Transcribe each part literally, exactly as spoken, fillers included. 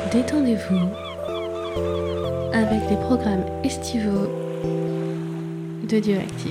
Détendez-vous avec les programmes estivaux de Dioactif.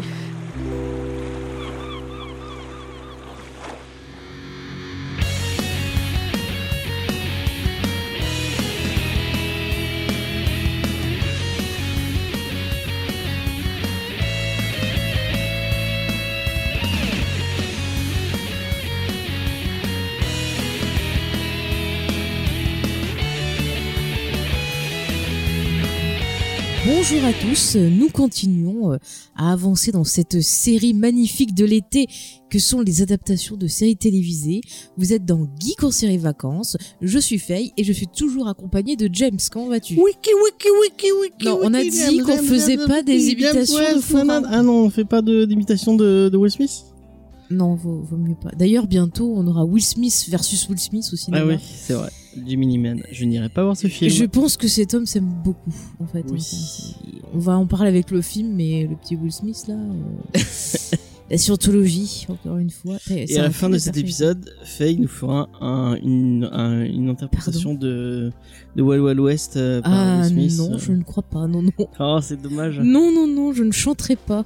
Bonjour à tous, nous continuons à avancer dans cette série magnifique de l'été que sont les adaptations de séries télévisées. Vous êtes dans Geek en série vacances, je suis Faye et je suis toujours accompagnée de James. Comment vas-tu? Wiki, wiki, wiki, wiki. Non, on a wiki, dit James, qu'on James, faisait James, pas des James imitations West, de forains. nanana. Ah non, on fait pas de, d'imitation de, de Will Smith? Non, vaut, vaut mieux pas. D'ailleurs, bientôt, on aura Will Smith versus Will Smith au cinéma. Ah oui, c'est vrai. Jiminy Man. Je n'irai pas voir ce film. Je pense que cet homme s'aime beaucoup, en fait. Oui. Enfin, on va en parler avec le film, mais le petit Will Smith, là... Euh... La scientologie, encore une fois. Et à la fin de cet épisode, Faye nous fera un, une, un, une interprétation de, de Wild Wild West euh, par ah, Will Smith. non, je ne crois pas, non, non. Oh, c'est dommage. Non, non, non, je ne chanterai pas.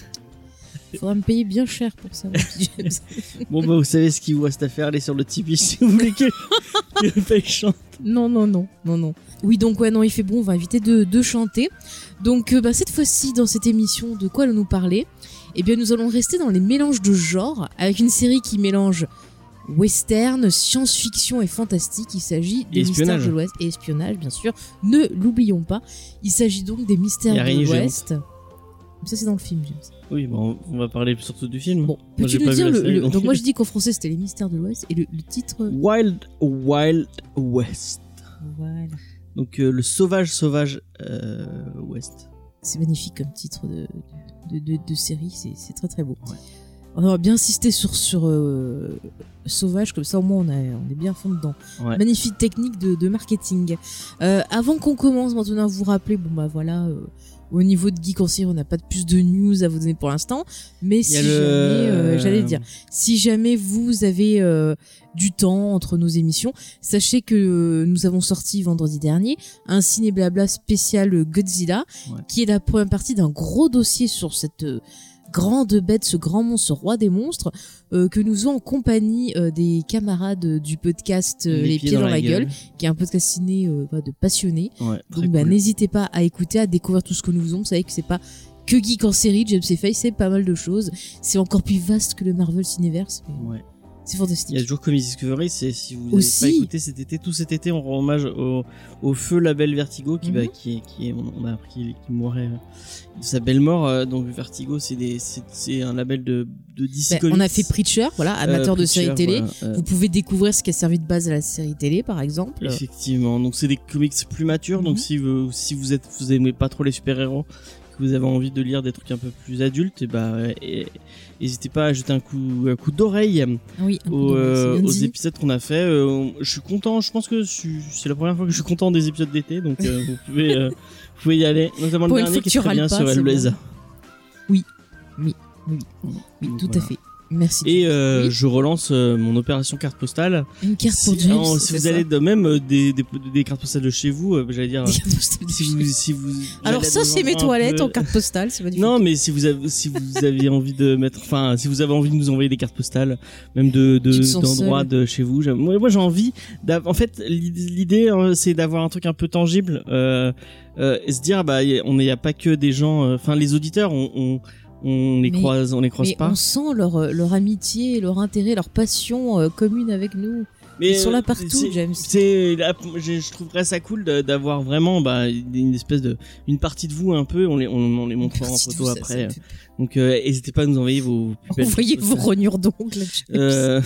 Il faudra me payer bien cher pour ça, mon petit James. Bon, bah, vous savez ce qu'il vous reste à faire. Allez sur le Tipeee si vous voulez que, que Faye chante. Non, non, non, non, non. Oui, donc, ouais, non, il fait bon, on va éviter de, de chanter. Donc, euh, bah, cette fois-ci, dans cette émission, de quoi allons-nous parler? Eh bien, nous allons rester dans les mélanges de genres, avec une série qui mélange western, science-fiction et fantastique. Il s'agit des Mystères de l'Ouest et espionnage, bien sûr. Ne l'oublions pas. Il s'agit donc des Mystères de l'Ouest. Ça, c'est dans le film, James. Oui, bon, on va parler surtout du film. Bon, peux-tu nous dire le, série, le donc... donc moi je dis qu'en français c'était les Mystères de l'Ouest et le, le titre Wild Wild West. Voilà. Donc euh, le sauvage sauvage euh, Ouest. C'est magnifique comme titre de de, de, de série, c'est, c'est très très beau. Ouais. On va bien insister sur sur euh, sauvage, comme ça au moins on, a, on est bien fond dedans. Ouais. Magnifique technique de, de marketing. Euh, avant qu'on commence maintenant à vous rappeler, bon bah voilà. Euh, Au niveau de Geek en série, on n'a pas de plus de news à vous donner pour l'instant, mais si jamais, le... euh, j'allais dire, si jamais vous avez euh, du temps entre nos émissions, sachez que euh, nous avons sorti vendredi dernier un ciné blabla spécial Godzilla, ouais. qui est la première partie d'un gros dossier sur cette euh, grande bête, ce grand monstre, ce roi des monstres, euh, que nous faisons en compagnie euh, des camarades du podcast euh, Les, Les Pieds, Pieds dans, dans la gueule, gueule, qui est un podcast ciné euh, de passionnés. Ouais, donc bah, cool. N'hésitez pas à écouter, à découvrir tout ce que nous faisons. Vous savez que c'est pas que Geek en série, James et Faye, c'est pas mal de choses. C'est encore plus vaste que le Marvel Cineverse. Mais... Ouais. C'est fantastique. Il y a toujours Comics Discovery, c'est si vous n'avez pas écouté cet été, tout cet été, on rend hommage au, au feu label Vertigo qui, mm-hmm. bah, qui, est, qui est, on a appris qu'il mourait de sa belle mort. Donc Vertigo, c'est des, c'est, c'est un label de, de D C bah, Comics. On a fait Preacher, voilà, amateur euh, Preacher, de séries télé. Voilà, euh... Vous pouvez découvrir ce qui a servi de base à la série télé, par exemple. Effectivement. Donc c'est des comics plus matures. Mm-hmm. Donc si vous, si vous êtes, vous aimez pas trop les super-héros, que vous avez envie de lire des trucs un peu plus adultes, et bah, et, n'hésitez pas à jeter un coup, un coup d'oreille oui, un aux, coup euh, aux épisodes qu'on a fait. Euh, je suis content, je pense que c'est la première fois que je suis content des épisodes d'été, donc euh, vous, pouvez, euh, vous pouvez y aller. Notamment Pour le dernier qui est très bien pas, sur Hellblazer. Bon. Oui, oui, oui, oui, oui tout voilà. à fait. Merci. Et euh, oui. je relance euh, mon opération carte postale. Une carte pour James. Si, si vous ça. allez de même euh, des, des, des cartes postales de chez vous, euh, j'allais dire. si vous, si vous. Alors ça c'est mes toilettes peu... en carte postale, c'est magnifique. Non, mais si vous avez, si vous avez envie de mettre, enfin, si vous avez envie de nous envoyer des cartes postales, même de, de d'endroits de chez vous. Moi, moi j'ai envie. En fait, l'idée euh, c'est d'avoir un truc un peu tangible euh, euh, et se dire, bah, on n'y a pas que des gens. Enfin, euh, les auditeurs, on. on on les mais, croise on les croise mais pas on sent leur leur amitié, leur intérêt, leur passion euh, commune avec nous. Mais ils sont là partout, c'est, James. C'est là, je, je trouverais ça cool de, d'avoir vraiment bah, une espèce de une partie de vous un peu, on les on, on les montrera en photo vous, après. Ça, ça Donc euh, n'hésitez pas à nous envoyer vos plus envoyez vos rognures d'ongles. Euh...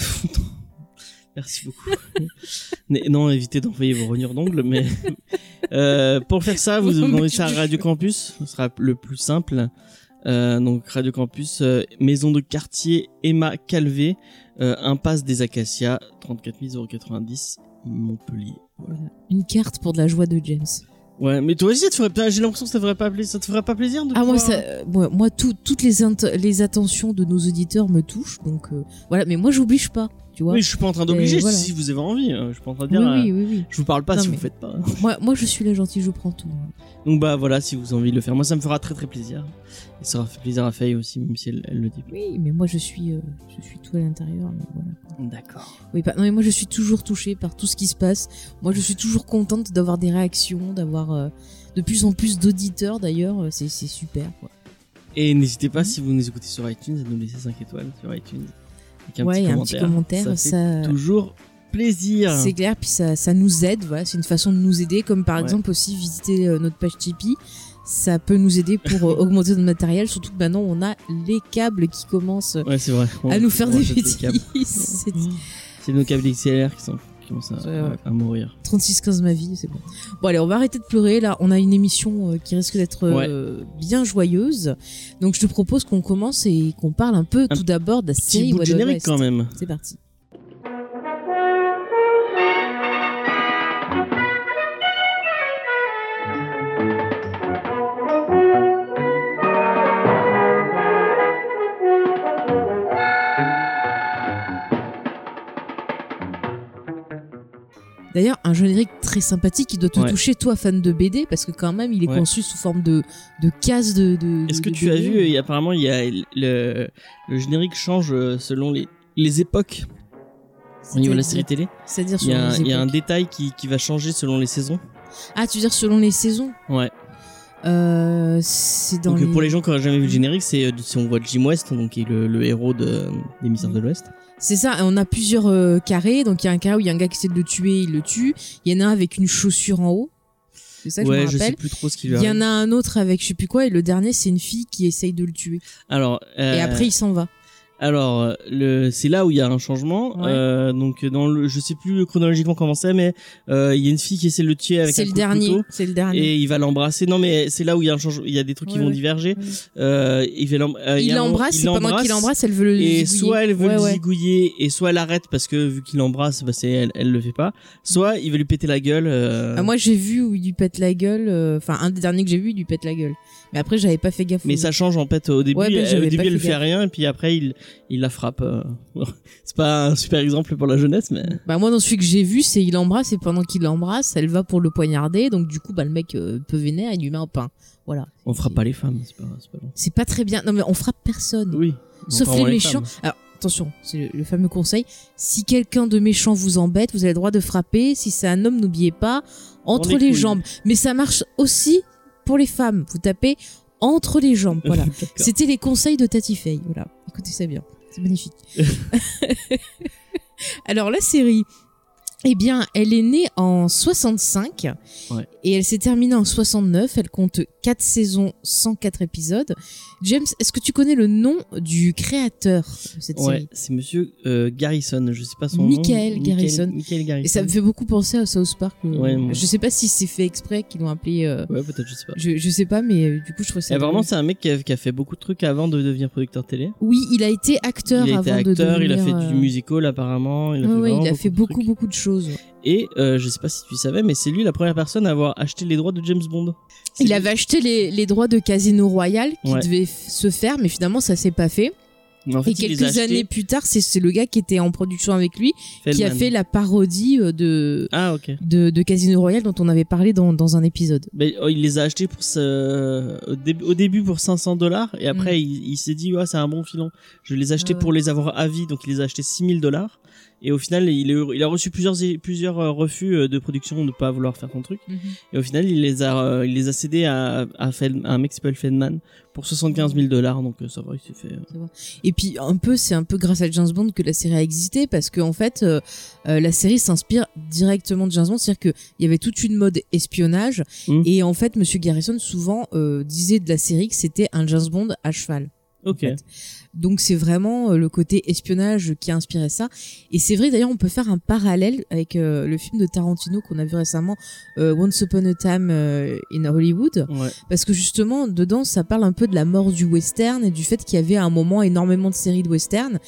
Merci beaucoup. Non, évitez d'envoyer vos rognures d'ongles, mais euh, pour faire ça, vous envoyez ça à Radio Campus, ce sera le plus simple. Euh, donc Radio Campus, euh, maison de quartier Emma Calvé, euh, impasse des Acacias, trente-quatre mille quatre-vingt-dix, Montpellier. Voilà. Une carte pour de la joie de James. Ouais, mais toi aussi, ça te ferait, j'ai l'impression que ça te ferait pas plaisir, ça te ferait pas plaisir de Ah, pouvoir... moi, ça, euh, moi, moi tout, toutes les, int- les attentions de nos auditeurs me touchent, donc, euh, voilà, mais moi, j'oblige pas. tu vois. Oui, je suis pas en train d'obliger voilà. si vous avez envie. Je suis pas en train de dire. Oui, oui, oui, oui. Je vous parle pas non, si mais... vous faites pas. moi, moi, je suis la gentille, je prends tout. Donc bah voilà, si vous avez envie de le faire, moi ça me fera très très plaisir. Et ça fera plaisir à Faye aussi, même si elle, elle le dit. Oui, mais moi je suis, euh, je suis tout à l'intérieur. Mais voilà. D'accord. Oui, pas... non, mais moi je suis toujours touchée par tout ce qui se passe. Moi je suis toujours contente d'avoir des réactions, d'avoir euh, de plus en plus d'auditeurs d'ailleurs. C'est, c'est super, quoi. Et n'hésitez pas, si vous nous écoutez sur iTunes, à nous laisser cinq étoiles sur iTunes. Avec un, ouais, petit, un commentaire. petit commentaire. Ça, ça... fait toujours plaisir. C'est clair, puis ça, ça nous aide. Voilà, c'est une façon de nous aider, comme par ouais. exemple aussi visiter euh, notre page Tipeee. Ça peut nous aider pour euh, augmenter notre matériel, surtout que maintenant on a les câbles qui commencent ouais, c'est vrai. On, à nous faire on des bêtises. c'est... c'est nos câbles X L R qui sont qui commencent à, ouais, ouais. à mourir. trente-six quinze ma vie, c'est bon. Bon allez, on va arrêter de pleurer. Là, on a une émission euh, qui risque d'être euh, ouais. bien joyeuse. Donc je te propose qu'on commence et qu'on parle un peu un tout d'abord de la série Wild générique West. Quand même. C'est parti. D'ailleurs, un générique très sympathique qui doit te ouais. toucher, toi, fan de B D, parce que quand même, il est ouais. conçu sous forme de, de cases de, de Est-ce de, que de tu B D. As vu, et apparemment, il y a le, le générique change selon les, les époques au niveau de la série télé. C'est-à-dire il y a, il y a un détail qui, qui va changer selon les saisons. Ah, tu veux dire selon les saisons ? Ouais. Euh, c'est dans donc les... pour les gens qui n'auraient jamais vu le générique, c'est si on voit Jim West, donc qui est le, le héros de, des Mystères de l'Ouest. C'est ça, on a plusieurs euh, carrés, donc il y a un carré où il y a un gars qui essaie de le tuer, il le tue. Il y en a un avec une chaussure en haut. C'est ça que ouais, je me rappelle. Je sais plus trop ce qu'il lui Il y en a un autre avec je sais plus quoi, et le dernier c'est une fille qui essaye de le tuer. Alors. Euh... Et après il s'en va. Alors, le, c'est là où il y a un changement. Ouais. Euh, donc, dans le, je sais plus chronologiquement comment c'est, mais euh, il y a une fille qui essaie de le tuer avec c'est un le coup dernier, de couteau. C'est le dernier. Et il va l'embrasser. Non, mais c'est là où il y a un changement. Il y a des trucs ouais, qui vont ouais. diverger. Ouais. Euh, il va l'embrasser. Euh, il l'embrasse. Et pendant qu'il l'embrasse, elle veut le et zigouiller. soit elle veut ouais, le ouais. zigouiller, et soit elle arrête parce que vu qu'il l'embrasse, bah c'est elle, elle le fait pas. Soit il veut lui péter la gueule. Euh... Ah, moi, j'ai vu où il lui pète la gueule. Enfin, euh, un des derniers que j'ai vu, il lui pète la gueule. Mais après, j'avais pas fait gaffe. Mais ça change en fait au début. Ouais, ben, au début, elle fait fait rien, et puis après, il, il la frappe. C'est pas un super exemple pour la jeunesse, mais. Bah moi, dans celui que j'ai vu, c'est il l'embrasse et pendant qu'il l'embrasse, elle va pour le poignarder. Donc du coup, bah le mec euh, peut vénère, il lui met un pain. Voilà. On frappe pas les femmes, c'est pas, c'est pas bon. C'est pas très bien. Non mais on frappe personne. Oui. Sauf les méchants. Les Alors attention, c'est le, le fameux conseil. Si quelqu'un de méchant vous embête, vous avez le droit de frapper. Si c'est un homme, n'oubliez pas entre les, les jambes. Mais ça marche aussi pour les femmes. Vous tapez entre les jambes. Voilà. C'était les conseils de Tati Faye. Voilà. Écoutez ça bien. C'est magnifique. Alors la série, eh bien, elle est née en soixante-cinq ouais. et elle s'est terminée en soixante-neuf. Elle compte quatre saisons, cent quatre épisodes. James, est-ce que tu connais le nom du créateur de cette ouais, série ? C'est Monsieur euh, Garrison. Je sais pas son Michael nom. Garrison. Michael, Michael Garrison. Et ça me fait beaucoup penser à South Park. Euh, ouais, moi. Je sais pas si c'est fait exprès qu'ils l'ont appelé. Euh, ouais, peut-être, je sais pas. Je, je sais pas, mais euh, du coup, je trouve ça. Et vraiment, c'est un mec qui a, qui a fait beaucoup de trucs avant de devenir producteur télé. Oui, il a été acteur il a avant été acteur, de devenir. Il a fait euh... du musical apparemment. Il a ouais, fait, ouais, il a beaucoup fait de beaucoup, trucs. beaucoup de choses. Et euh, je sais pas si tu savais, mais c'est lui la première personne à avoir acheté les droits de James Bond. C'est il lui. avait acheté les, les droits de Casino Royale qui ouais. devaient f- se faire, mais finalement ça s'est pas fait. En fait, et quelques années plus tard, c'est, c'est le gars qui était en production avec lui Feldman. qui a fait la parodie de, ah, okay. de, de Casino Royale dont on avait parlé dans, dans un épisode. Ben, oh, il les a achetés pour ce... au, début, au début pour cinq cents dollars et après mm. il, il s'est dit ouais, c'est un bon filon. Je les ai achetés ah, ouais. pour les avoir à vie, donc il les a achetés six mille dollars. Et au final, il, est, il a reçu plusieurs, plusieurs refus de production de ne pas vouloir faire son truc. Mm-hmm. Et au final, il les a, il les a cédés à, à, Feld, à un mec qui s'appelle Feldman pour soixante-quinze mille dollars. Donc ça va, il s'est fait. Euh... Et puis un peu, c'est un peu grâce à James Bond que la série a existé parce qu'en en fait, euh, euh, la série s'inspire directement de James Bond, c'est-à-dire qu'il y avait toute une mode espionnage. Mm. Et en fait, Monsieur Garrison souvent euh, disait de la série que c'était un James Bond à cheval. Ok. En fait. Donc c'est vraiment euh, le côté espionnage qui a inspiré ça. Et c'est vrai d'ailleurs on peut faire un parallèle avec euh, le film de Tarantino qu'on a vu récemment, euh, Once Upon a Time euh, in Hollywood. Ouais. Parce que justement dedans ça parle un peu de la mort du western et du fait qu'il y avait à un moment énormément de séries de western.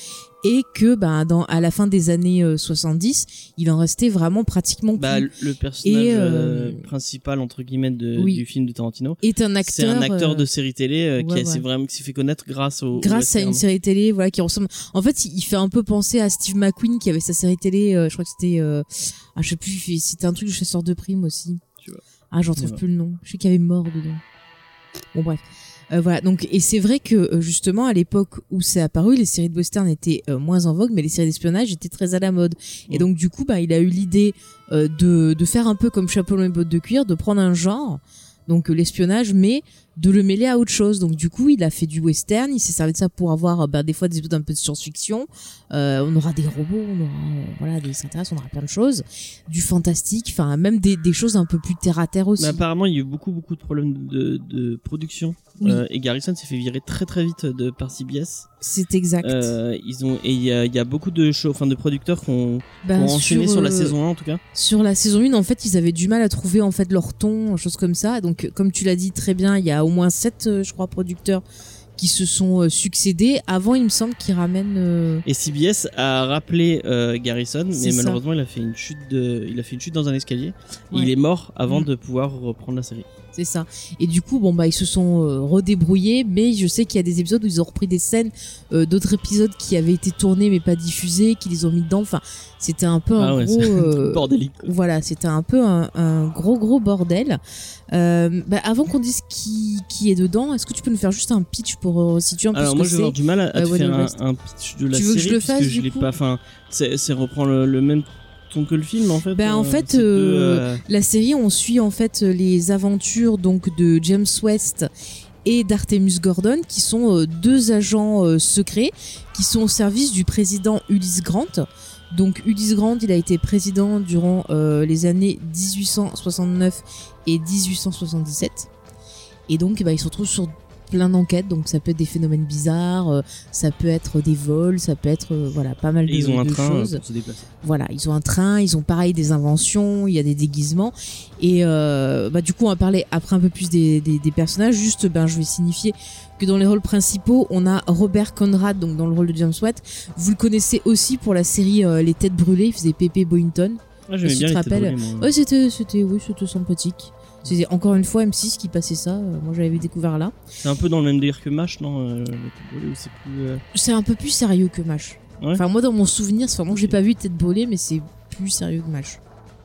et que bah, dans, à la fin des années euh, soixante-dix, il en restait vraiment pratiquement bah, plus. Le personnage et, euh, principal, entre guillemets, de, oui. du film de Tarantino est un acteur, c'est un acteur euh, de série télé euh, ouais, qui, a, ouais. s'est vraiment, qui s'est fait connaître grâce au grâce au à une série télé voilà, qui ressemble... En fait, il fait un peu penser à Steve McQueen qui avait sa série télé, euh, je crois que c'était... Euh... Ah, je sais plus, c'était un truc de chasseur de primes aussi. Tu vois. Ah, j'en trouve Ouais. plus le nom. Je sais qu'il y avait mort dedans. Bon, bref. Euh, voilà, donc et c'est vrai que euh, justement à l'époque où c'est apparu, les séries de western étaient euh, moins en vogue, mais les séries d'espionnage étaient très à la mode. Et Ouais. donc du coup, bah il a eu l'idée euh, de de faire un peu comme Chapeau melon et bottes de cuir, de prendre un genre, donc euh, l'espionnage, mais de le mêler à autre chose. Donc du coup, il a fait du western, il s'est servi de ça pour avoir euh, bah, des fois des épisodes un peu de science-fiction. Euh, on aura des robots, on aura euh, voilà des extraterrestres, on aura plein de choses, du fantastique, enfin même des des choses un peu plus terre à terre aussi. Mais apparemment, il y a eu beaucoup, beaucoup de problèmes de, de production. Oui. Euh, et Garrison s'est fait virer très, très vite de par C B S. C'est exact. Euh, ils ont, et il y a, il y a beaucoup de shows, enfin, de producteurs qui ont, Bah, qui ont enchaîné sur, euh, la saison un, en tout cas. Sur la saison un, en fait, ils avaient du mal à trouver en fait leur ton, choses comme ça. Donc, comme tu l'as dit très bien, il y a au moins sept, euh, je crois, producteurs qui se sont euh, succédés. Avant, il me semble qu'ils ramènent. Euh... Et C B S a rappelé euh, Garrison, C'est mais ça. malheureusement, il a fait une chute de, il a fait une chute dans un escalier. Et Ouais. il est mort avant Mm. de pouvoir reprendre la série. C'est ça. Et du coup, bon bah ils se sont euh, redébrouillés, mais je sais qu'il y a des épisodes où ils ont repris des scènes euh, d'autres épisodes qui avaient été tournés mais pas diffusés, qui les ont mis dedans. Enfin, c'était un peu un Ah ouais, gros. c'est euh, bordélique. quoi. Voilà, c'était un peu un, un gros gros bordel. Euh, bah, avant qu'on dise qui qui est dedans, est-ce que tu peux nous faire juste un pitch pour euh, situer un peu Alors ce moi, que je vais c'est avoir du mal à, à euh, te Wild faire un, West. un pitch de la Tu veux que série je le puisque fasse, je du l'ai coup pas. Enfin, c'est, c'est reprend le, le même ton que le film en fait. Ben, en euh, fait, c'est deux, euh, euh, La série, on suit en fait les aventures donc de James West et d'Artemus Gordon, qui sont euh, deux agents euh, secrets qui sont au service du président Ulysse Grant. Donc Ulysse Grant, il a été président durant euh, les années dix-huit cent soixante-neuf et dix-huit cent soixante-dix-sept. Et donc, bah, ils se retrouvent sur plein d'enquêtes. Donc, ça peut être des phénomènes bizarres, euh, ça peut être des vols, ça peut être euh, voilà pas mal de, et ils ont un de train choses. pour se déplacer. Voilà, ils ont un train, ils ont pareil des inventions, il y a des déguisements. Et euh, bah, du coup, on va parler après un peu plus des, des, des personnages. Juste, ben, je vais signifier que dans les rôles principaux, on a Robert Conrad, donc dans le rôle de James Watt. Vous le connaissez aussi pour la série euh, Les Têtes Brûlées, il faisait Pépé Boynton. Ah, j'aimais Si bien tu les te têtes rappelles. brûlées, moi. Ouais, c'était, c'était, oui, c'était sympathique. C'était encore une fois M six qui passait ça. Euh, moi, j'avais découvert là. C'est un peu dans le même délire que MASH, non euh, les têtes brûlées, ou c'est plus. euh, C'est un peu plus sérieux que MASH. Ouais. Enfin, moi, dans mon souvenir, c'est vraiment que j'ai Ok. pas vu Tête Brûlée, mais c'est plus sérieux que MASH.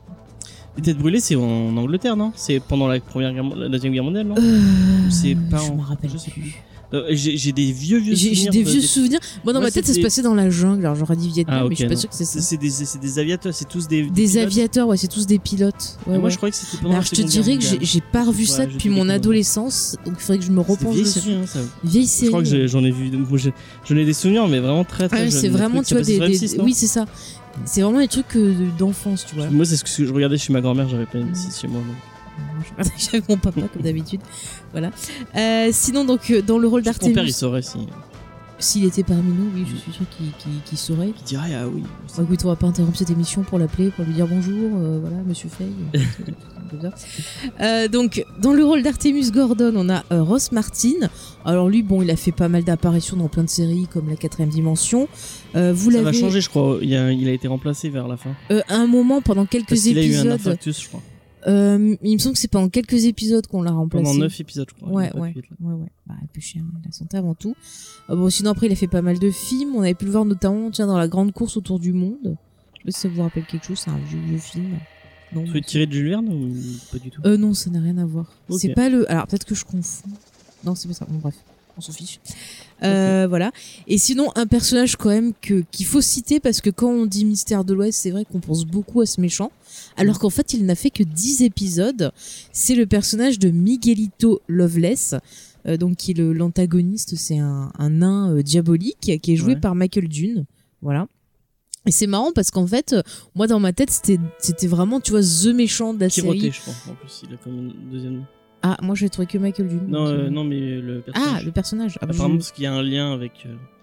Les têtes brûlées, c'est en Angleterre, non? C'est pendant la première guerre, la deuxième guerre mondiale, non? Euh, C'est pas je en- me rappelle je sais plus. Euh, j'ai, j'ai des vieux vieux J'ai, j'ai souvenirs. des de- vieux souvenirs. Moi, dans Moi, ma tête, ça se c'était- passait dans la jungle. Alors, j'aurais dit Vietnam, Ah, ok, mais je suis pas non. sûre que c'est ça. C'est des, c'est des aviateurs, c'est tous des. Des pilotes. aviateurs, ouais, c'est tous des pilotes. Ouais, Et moi, ouais. je croyais que c'était pendant Alors, la je te Seconde Guerre dirais que j'ai, mondiale. j'ai pas revu Ouais, ça j'ai depuis fait mon des adolescence, donc il faudrait que je me C'est des repenche vieilles dessus. séries, hein, ça. Vieille Je série. crois que j'ai- j'en ai vu. Moi, j'ai- j'en ai des souvenirs, mais vraiment très très Ah, jeunes. c'est Des vraiment, trucs tu vois, qui des, passaient sur des- M six, non oui, c'est ça. C'est vraiment des trucs euh, d'enfance, tu vois. Moi, c'est ce que je regardais chez ma grand-mère, j'avais pas M six chez moi. donc. Moi, je regardais avec mon papa, comme d'habitude. Voilà. Euh, sinon, donc, euh, dans le rôle Mon père, d'Artemus, il saurait si. s'il était parmi nous, oui, je suis sûr qu'il, qu'il, qu'il saurait. Il dirait, ah oui. Bon, écoute, on va pas interrompre cette émission pour l'appeler, pour lui dire bonjour, euh, voilà, monsieur Fay. Comme ça. Euh, donc, dans le rôle d'Artemus Gordon, on a euh, Ross Martin. Alors lui, bon, il a fait pas mal d'apparitions dans plein de séries, comme La Quatrième Dimension. Euh, vous Ça l'avez va changer, je crois. Il a, il a été remplacé vers la fin. euh, à un moment, pendant quelques Parce qu'il a eu un épisodes. infarctus, je crois. Euh, il me semble que c'est pendant quelques épisodes qu'on l'a remplacé. Pendant neuf épisodes, je crois. Ouais, Il a pas ouais, pu être là. ouais, ouais. Bah, plus cher, la santé avant tout. Euh, bon, sinon après, il a fait pas mal de films. On avait pu le voir notamment, tiens, dans La Grande Course autour du monde. Je sais pas si ça vous rappelle quelque chose. C'est un vieux, vieux film. Non. Tu veux tirer de Jules Verne ou pas du tout? Euh, non, ça n'a rien à voir. Ok. C'est pas le. Alors peut-être que je confonds. Non, c'est pas ça. Bon, bref, on s'en fiche. Euh, Voilà. Et sinon, un personnage quand même que qu'il faut citer parce que quand on dit Mystère de l'Ouest, c'est vrai qu'on pense beaucoup à ce méchant, alors qu'en fait, il n'a fait que dix épisodes. C'est le personnage de Miguelito Loveless. Euh, donc qui est le, l'antagoniste, c'est un, un nain euh, diabolique qui est joué Ouais. par Michael Dunn. Voilà. Et c'est marrant parce qu'en fait, euh, moi dans ma tête, c'était c'était vraiment, tu vois, the méchant de la Kiroté, série. je crois. En plus, il a comme un deuxième nom. Ah, moi j'ai trouvé que Michael Dunn. Non, donc, euh, euh, non, mais le personnage. Ah, le personnage. Ah, bah, Apparemment, je- parce qu'il y a un lien avec. euh,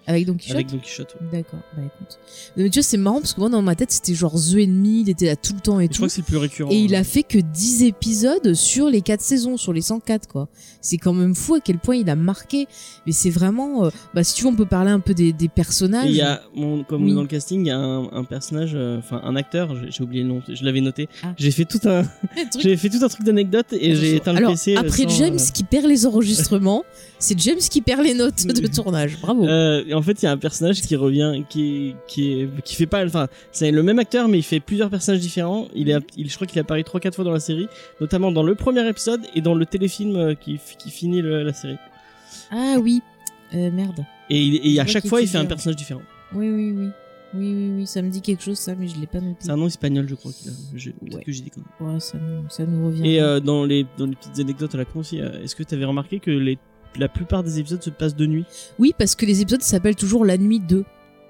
Avec Don Quichotte. Avec Don Quichotte. Ouais. D'accord. Bah écoute. Mais tu vois, c'est marrant parce que moi dans ma tête c'était genre The Enemy, il était là tout le temps et, et tout. Je crois que c'est le plus récurrent. Et il ouais. a fait que dix épisodes sur les quatre saisons, sur les cent quatre quoi. C'est quand même fou à quel point il a marqué. Mais c'est vraiment. Euh, bah si tu veux, on peut parler un peu des, des personnages. Il y a, bon, comme oui. dans le casting, il y a un, un personnage, enfin euh, un acteur. J'ai, j'ai oublié le nom, je l'avais noté. Ah. J'ai fait tout un, j'ai fait tout un truc d'anecdote et ah, j'ai éteint le Alors, P C. Après sans, James euh... qui perd les enregistrements, c'est James qui perd les notes de tournage. Bravo. Euh, en fait, il y a un personnage qui revient, qui qui est, qui fait pas, enfin, c'est le même acteur, mais il fait plusieurs personnages différents. Il est, il, je crois qu'il apparaît trois, quatre fois dans la série, notamment dans le premier épisode et dans le téléfilm qui, qui finit le, la série. Ah oui, euh, merde. Et, il, et à chaque fois, il fait un personnage différent. Oui, oui, oui. Oui, oui, oui, ça me dit quelque chose, ça, mais je l'ai pas noté. C'est un nom espagnol, je crois. Qu'il a. Je, peut-être ouais. que j'ai des conneries. Ouais, ça nous, ça nous revient. Et euh, dans, les, dans les petites anecdotes à la con aussi, euh, est-ce que tu avais remarqué que les, la plupart des épisodes se passent de nuit ? Oui, parce que les épisodes s'appellent toujours La Nuit deux.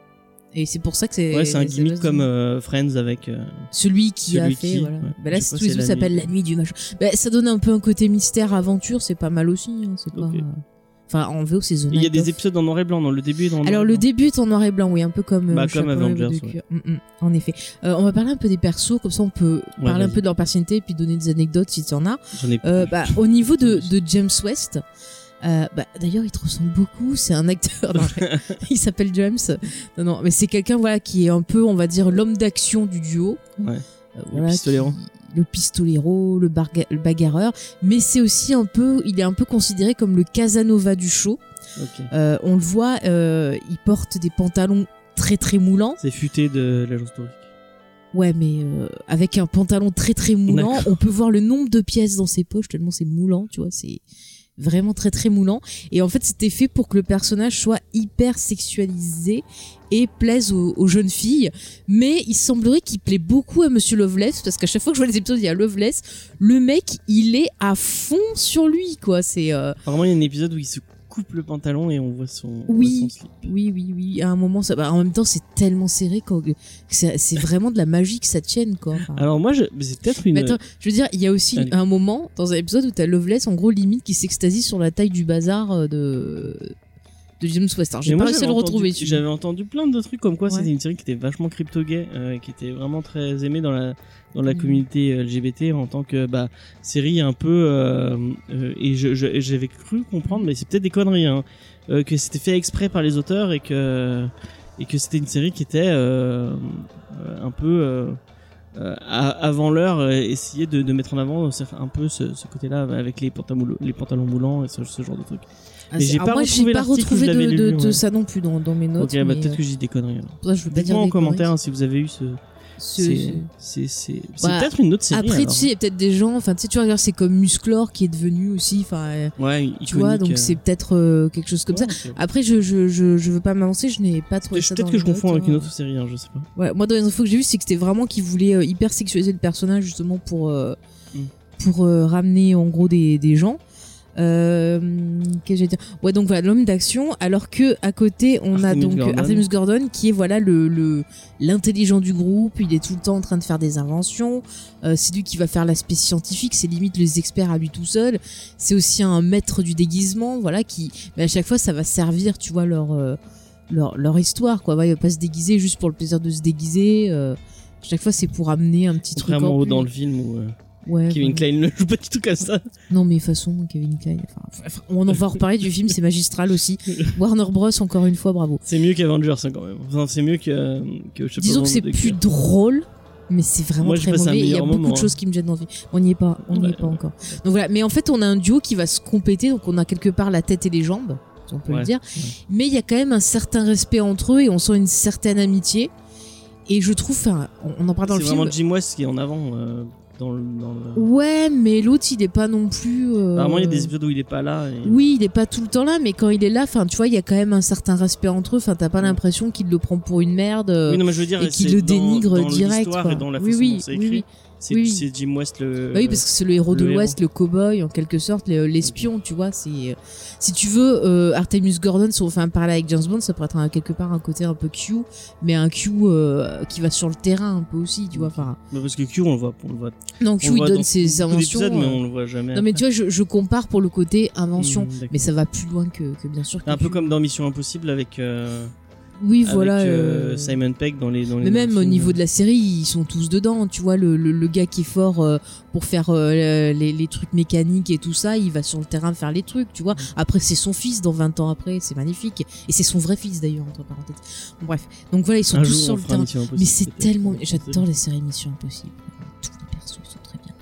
Et c'est pour ça que c'est. Ouais, c'est un gimmick comme euh, Friends avec. Euh, celui qui celui a fait. Qui, voilà. ouais. Bah là, tous les épisodes s'appellent La Nuit du machin. Bah, ça donne un peu un côté mystère, aventure, c'est pas mal aussi. Hein, c'est okay. pas. Enfin, en V O, c'est The Night Il y a of. des épisodes en noir et blanc, dans le début et dans le Alors, le début est en noir et blanc, oui, un peu comme. Bah, euh, comme Avengers. Ouais. Mm -mm, en effet. Euh, on va parler un peu des persos, comme ça on peut ouais, parler vas-y. un peu de leur personnalité et puis donner des anecdotes si tu en as. J'en ai euh, bah, au niveau de, de James West, euh, bah, d'ailleurs, il te ressemble beaucoup. C'est un acteur. Non, il s'appelle James. Non, non, mais c'est quelqu'un voilà, qui est un peu, on va dire, l'homme d'action du duo. Ouais. Euh, le voilà, pistolero. Qui, le pistolero, le, barga- le bagarreur. Mais c'est aussi un peu, il est un peu considéré comme le Casanova du show. Okay. Euh, on le voit, euh, il porte des pantalons très très moulants. C'est futé de l'agence tourique. Ouais, mais euh, avec un pantalon très très moulant, D'accord. on peut voir le nombre de pièces dans ses poches tellement c'est moulant, tu vois, c'est vraiment très très moulant. Et en fait, c'était fait pour que le personnage soit hyper sexualisé et plaise aux, aux jeunes filles. Mais il semblerait qu'il plaît beaucoup à Monsieur Loveless, parce qu'à chaque fois que je vois les épisodes, il y a Loveless. Le mec, il est à fond sur lui, quoi. C'est. Euh... Apparemment, il y a un épisode où il se coupe le pantalon et on voit son, oui, voit son slip. Oui, oui, oui. À un moment, ça, bah, en même temps, c'est tellement serré quoi, que c'est, c'est vraiment de la magie que ça tienne, quoi. Enfin, alors moi, je, c'est peut-être une. Mais attends, je veux dire, il y a aussi Allez. un moment dans un épisode où t'as Loveless, en gros, limite, qui s'extasie sur la taille du bazar de de James West. Alors, j'ai mais pas moi, réussi à le entendu, retrouver. Dessus. J'avais entendu plein de trucs comme quoi ouais. c'était une série qui était vachement crypto-gay, euh, qui était vraiment très aimée dans la dans la mmh. communauté L G B T en tant que bah série un peu euh, euh, et je, je j'avais cru comprendre, mais c'est peut-être des conneries, hein, euh, que c'était fait exprès par les auteurs et que et que c'était une série qui était euh, un peu euh, euh, avant l'heure euh, essayer de, de mettre en avant un peu ce, ce côté-là avec les pantalons les pantalons moulants et ce, ce genre de trucs. Ah, mais j'ai pas, moi, j'ai pas retrouvé de, de, lu, de ouais. ça non plus dans, dans mes notes. Ok, bah, mais peut-être euh... que j'ai des conneries. Alors. Ça, je veux pas Dites-moi dire en commentaire hein, conneries. si vous avez eu ce. ce c'est, ce... c'est, c'est, c'est bah, peut-être une autre série. Après, alors. tu sais, il y a peut-être des gens. Enfin, tu sais, tu regardes, c'est comme Musclor qui est devenu aussi. Enfin, ouais, tu vois, donc euh... c'est peut-être euh, quelque chose comme ouais, ça. Okay. Après, je, je, je, je veux pas m'avancer, je n'ai pas trouvé je, ça. Peut-être dans que je confonds notes, avec hein. une autre série, hein, je sais pas. Ouais, moi, dans les infos que j'ai vues, c'est que c'était vraiment qu'ils voulaient euh, hyper sexualiser le personnage justement pour euh, mm. pour euh, ramener en gros des, des gens. Euh, qu'est-ce que je vais dire ouais donc voilà l'homme d'action alors que à côté on Artemis a donc Gordon. Artemis Gordon qui est voilà le, le l'intelligent du groupe, il est tout le temps en train de faire des inventions, euh, c'est lui qui va faire l'aspect scientifique, c'est limite les experts à lui tout seul, c'est aussi un maître du déguisement voilà qui mais à chaque fois ça va servir tu vois leur euh, leur leur histoire quoi, ouais, il va pas se déguiser juste pour le plaisir de se déguiser, euh, à chaque fois c'est pour amener un petit truc vraiment plus... dans le film où euh... Ouais, Kevin voilà. Kline ne joue pas du tout comme ça. Non mais de toute façon Kevin Kline enfin, on en va reparler du film, c'est magistral aussi. Warner Bros encore une fois, bravo. C'est mieux qu'Avengers hein, quand même. Enfin, c'est mieux que, que je sais disons pas que c'est plus cœur. drôle mais c'est vraiment Moi, très mauvais, il y a beaucoup moment, de choses hein. qui me jettent d'envie. On n'y est pas, on n'y ouais, est pas ouais. encore. Donc voilà, mais en fait on a un duo qui va se compléter, donc on a quelque part la tête et les jambes, si on peut ouais, le dire. Ouais. Mais il y a quand même un certain respect entre eux et on sent une certaine amitié. Et je trouve, enfin, on en parle dans c'est le film. C'est vraiment Jim West qui est en avant. Euh... Dans le, dans le... Ouais, mais l'autre il est pas non plus. Euh... Apparemment, il y a des épisodes où il est pas là. Et... Oui, il est pas tout le temps là, mais quand il est là, enfin, tu vois, il y a quand même un certain respect entre eux. Enfin, t'as pas l'impression qu'il le prend pour une merde euh, oui, non, mais je veux dire, et qu'il le dans, dénigre dans direct. Quoi. Et dans la oui, façon oui, dont c'est oui, écrit, oui. C'est, oui. c'est Jim West le. Bah oui, parce que c'est le héros le de héros. l'Ouest, le cow-boy en quelque sorte, l'espion, tu vois. C'est si tu veux, euh, Artemus Gordon, si on fait un parallèle avec James Bond, ça pourrait être un, quelque part un côté un peu Q, mais un Q euh, qui va sur le terrain un peu aussi, tu vois. Enfin. Bah parce que Q, on le voit, on le voit. Non, Q il donne ses inventions. Euh... mais on le voit jamais. Non, mais tu vois, je, je compare pour le côté invention, mmh, mais ça va plus loin que, que bien sûr. Que un peu Q. comme dans Mission Impossible avec. Euh... Oui, avec, voilà. Euh, euh... Simon Pegg dans les. Dans les mais même films. au niveau de la série, ils sont tous dedans. Tu vois, le, le, le gars qui est fort euh, pour faire euh, les, les trucs mécaniques et tout ça, il va sur le terrain faire les trucs, tu vois. Après, c'est son fils dans vingt ans après, c'est magnifique. Et c'est son vrai fils d'ailleurs, entre parenthèses. Bon, bref. Donc voilà, ils sont un tous jour, sur le terrain. Mais c'est tellement. J'adore les séries Mission Impossible. Tous les persos sont très bien.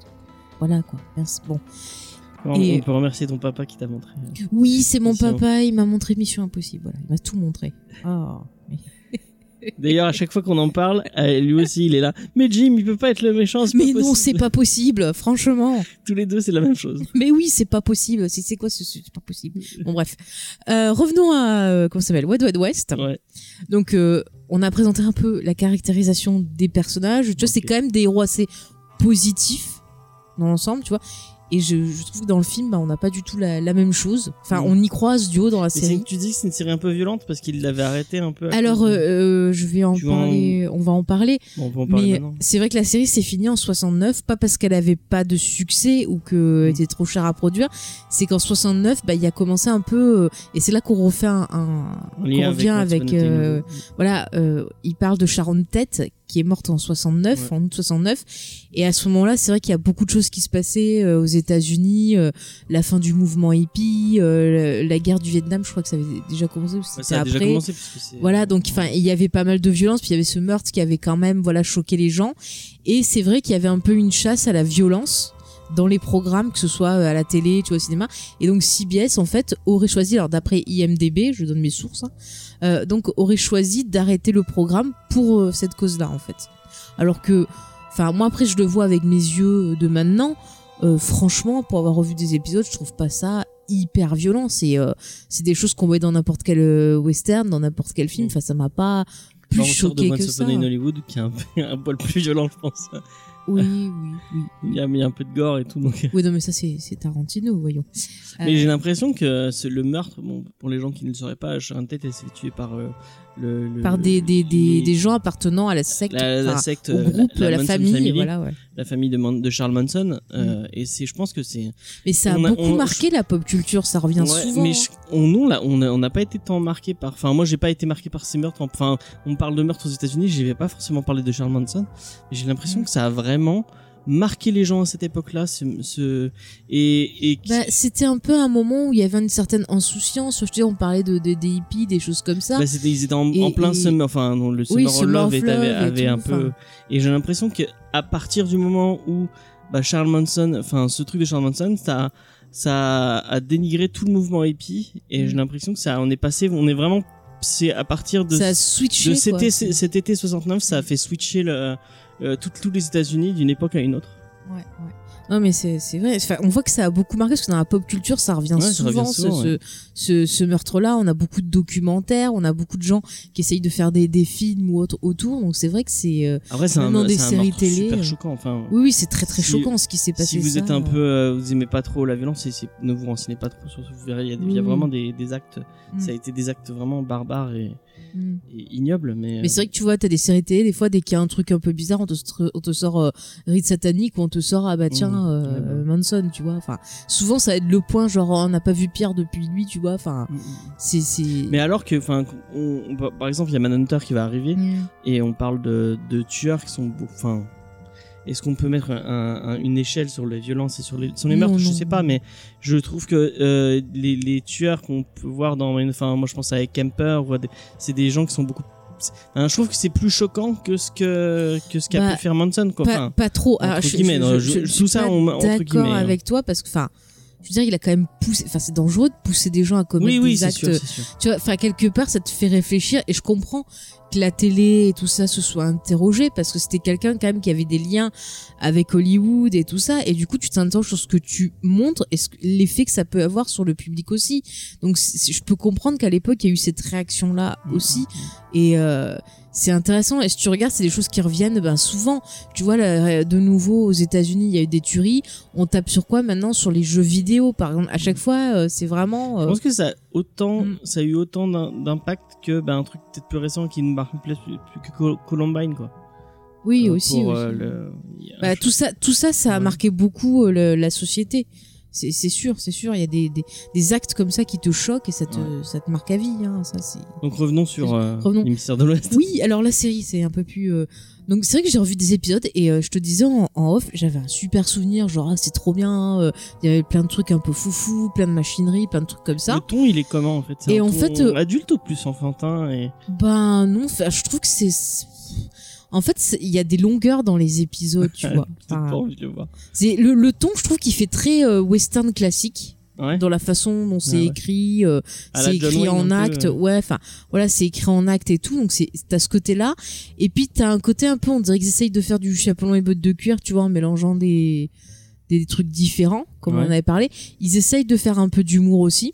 Voilà quoi. Merci. Bon. On, et... on peut remercier ton papa qui t'a montré. Euh, oui, c'est mon mission. Papa, il m'a montré Mission Impossible. Voilà, il m'a tout montré. Oh. D'ailleurs, à chaque fois qu'on en parle, lui aussi, il est là. Mais Jim, il peut pas être le méchant. C'est mais pas non, possible. c'est pas possible, franchement. Tous les deux, c'est la même chose. Mais oui, c'est pas possible. C'est, c'est quoi ce, c'est pas possible. Bon, bref. Euh, revenons à, euh, comment ça s'appelle? Wild Wild West. Ouais. Donc, euh, on a présenté un peu la caractérisation des personnages. Tu vois, okay. C'est quand même des héros assez positifs dans l'ensemble, tu vois. Et je, je trouve que dans le film, bah, on n'a pas du tout la, la même chose. Enfin, mmh. on y croise du haut dans la mais série. Tu dis que c'est une série un peu violente parce qu'il l'avait arrêté un peu. Alors, de... euh, je vais en tu parler. En... On va en parler. Bon, on peut en parler mais maintenant. C'est vrai que la série s'est finie en soixante-neuf, pas parce qu'elle avait pas de succès ou qu'elle mmh. était trop chère à produire. C'est qu'en soixante-neuf, bah, il a commencé un peu, et c'est là qu'on refait un, un qu'on revient avec, avec euh, voilà, euh, il parle de Sharon Tate qui est morte en soixante-neuf, ouais. en août soixante-neuf. Et à ce moment-là, c'est vrai qu'il y a beaucoup de choses qui se passaient euh, aux États-Unis, euh, la fin du mouvement hippie, euh, la, la guerre du Vietnam, je crois que ça avait déjà commencé. C'était ouais, ça a après. déjà commencé puisque c'est... Voilà, donc enfin, il y avait pas mal de violence, puis il y avait ce meurtre qui avait quand même, voilà, choqué les gens. Et c'est vrai qu'il y avait un peu une chasse à la violence dans les programmes, que ce soit à la télé, tu vois, au cinéma. Et donc C B S en fait aurait choisi, alors d'après I M D B, je donne mes sources, hein, euh, donc aurait choisi d'arrêter le programme pour euh, cette cause-là en fait. Alors que, enfin moi après je le vois avec mes yeux de maintenant, euh, franchement pour avoir revu des épisodes, je trouve pas ça hyper violent. C'est euh, c'est des choses qu'on voit dans n'importe quel euh, western, dans n'importe quel film. Enfin ça m'a pas plus enfin, choqué que ça. In Hollywood qui est un, un poil plus violent, je pense. Oui, oui, oui. Il y a mis un peu de gore et tout. Donc... Oui, non, mais ça, c'est, c'est Tarantino, voyons. Mais euh... j'ai l'impression que c'est le meurtre, bon, pour les gens qui ne le sauraient pas, Sharon Tate, elle s'est tuée par euh, le, le. Par des, des, des, les... des gens appartenant à la secte. La, la secte. Au groupe, la, la, la famille, family, voilà, ouais. La famille de, Man- de Charles Manson. Mm. Euh, et c'est, je pense que c'est. Mais ça a, a beaucoup on, je... marqué la pop culture, ça revient ouais, souvent. Mais je, on, non, là, on n'a on a pas été tant marqué par. Enfin, moi, j'ai pas été marqué par ces meurtres. Enfin, on parle de meurtres aux États-Unis, j'y vais pas forcément parler de Charles Manson. Mais j'ai l'impression mm. que ça a vraiment marquer les gens à cette époque-là, ce, ce et, et qui... bah, c'était un peu un moment où il y avait une certaine insouciance. Je veux dire, on parlait de, de des hippies, des choses comme ça. Bah, c'était, ils étaient en, et, en plein et... summer, enfin, le summer oui, of love, love avait, avait, avait et tout, un peu. Et j'ai l'impression que à partir du moment où bah, Charles Manson, enfin, ce truc de Charles Manson, ça, ça a dénigré tout le mouvement hippie. Et mm. j'ai l'impression que ça, on est passé, on est vraiment, c'est à partir de, ça a switché, de cet, quoi. été, cet été soixante-neuf, ça a fait switcher le. Euh, tous les États-Unis d'une époque à une autre. Ouais, ouais. Non mais c'est c'est vrai. Enfin, on voit que ça a beaucoup marqué parce que dans la pop culture, ça revient ouais, souvent, ça revient souvent ce, ouais. ce, ce ce meurtre-là. On a beaucoup de documentaires, on a beaucoup de gens qui essayent de faire des des films ou autres autour. Donc c'est vrai que c'est euh, après c'est un, dans des c'est séries un télé. Super choquant. Enfin. Oui oui, c'est très très si, choquant ce qui s'est passé. Si vous ça, êtes un euh... peu, euh, vous aimez pas trop la violence, et c'est, ne vous renseignez pas trop sur ce, vous verrez, il y a, des, oui. il y a vraiment des des actes. Mm. Ça a été des actes vraiment barbares et. Mm. Et ignoble, mais. Mais c'est vrai que tu vois, t'as des séries télé, des fois, dès qu'il y a un truc un peu bizarre, on te, on te sort euh, rite satanique ou on te sort, ah bah tiens, mmh, euh, ouais, Manson, tu vois. Enfin, souvent, ça va être le point, genre, on n'a pas vu Pierre depuis lui, tu vois. Enfin, mmh. c'est, c'est. Mais alors que, enfin, on, on, par exemple, il y a Manhunter qui va arriver mmh. et on parle de, de tueurs qui sont, enfin. Est-ce qu'on peut mettre un, un, une échelle sur les violences et sur les, sur les meurtres? Non, je non. sais pas, mais je trouve que euh, les, les tueurs qu'on peut voir dans, enfin, moi je pense à Kemper, c'est des gens qui sont beaucoup. Enfin, je trouve que c'est plus choquant que ce que que ce qu'a bah, pu faire Manson, quoi. Pas, enfin, pas trop. Entre je, guillemets, je, je, je, je tout ça, on, entre guillemets. D'accord avec hein. toi parce que, enfin. Je veux dire, il a quand même poussé, enfin, c'est dangereux de pousser des gens à commettre oui, oui, des c'est actes. Sûr, c'est sûr. Tu vois, enfin, quelque part, ça te fait réfléchir et je comprends que la télé et tout ça se soit interrogé, parce que c'était quelqu'un quand même qui avait des liens avec Hollywood et tout ça, et du coup tu t'interroges sur ce que tu montres et ce, l'effet que ça peut avoir sur le public aussi. Donc je peux comprendre qu'à l'époque il y a eu cette réaction là aussi, et euh, c'est intéressant. Et si tu regardes, c'est des choses qui reviennent ben souvent. Tu vois, là, de nouveau aux États-Unis, il y a eu des tueries. On tape sur quoi maintenant? Sur les jeux vidéo, par exemple. À chaque fois, euh, c'est vraiment. Euh... Je pense que ça a autant, Mm. ça a eu autant d'impact que ben un truc peut-être plus récent qui nous marque plus, plus que Col- Columbine, quoi. Oui, Euh, aussi. pour, aussi. euh, le... il y a un Bah, chose- tout ça, tout ça, ça a Ouais. marqué beaucoup euh, le- la société. C'est, c'est sûr, c'est sûr. Il y a des, des, des actes comme ça qui te choquent et ça te, Ouais. ça te marque à vie. Hein. Ça, c'est. Donc revenons sur euh, Revenons. les Mystères de l'Ouest. Oui, alors la série, c'est un peu plus. Euh... Donc c'est vrai que j'ai revu des épisodes et euh, je te disais en, en off, j'avais un super souvenir, genre ah, c'est trop bien. euh, Il y avait plein de trucs un peu foufou, plein de machinerie, plein de trucs comme ça. Le ton, il est comment en fait? C'est Et un en ton fait, euh, adulte ou plus enfantin et... Ben non, enfin, je trouve que c'est. En fait, c'est- il y a des longueurs dans les épisodes, tu vois. J'ai Enfin, pas envie de le voir. c'est le, le ton, je trouve qu'il fait très euh, western classique. Ouais. Dans la façon dont c'est Ah ouais. écrit, euh, À la c'est John écrit Wayne, en un peu, acte, euh. ouais, enfin voilà, c'est écrit en acte et tout, donc c'est t'as ce côté-là, et puis t'as un côté un peu, on dirait qu'ils essayent de faire du chaperon et bottes de cuir, tu vois, en mélangeant des des trucs différents, comme Ouais. on avait parlé. Ils essayent de faire un peu d'humour aussi.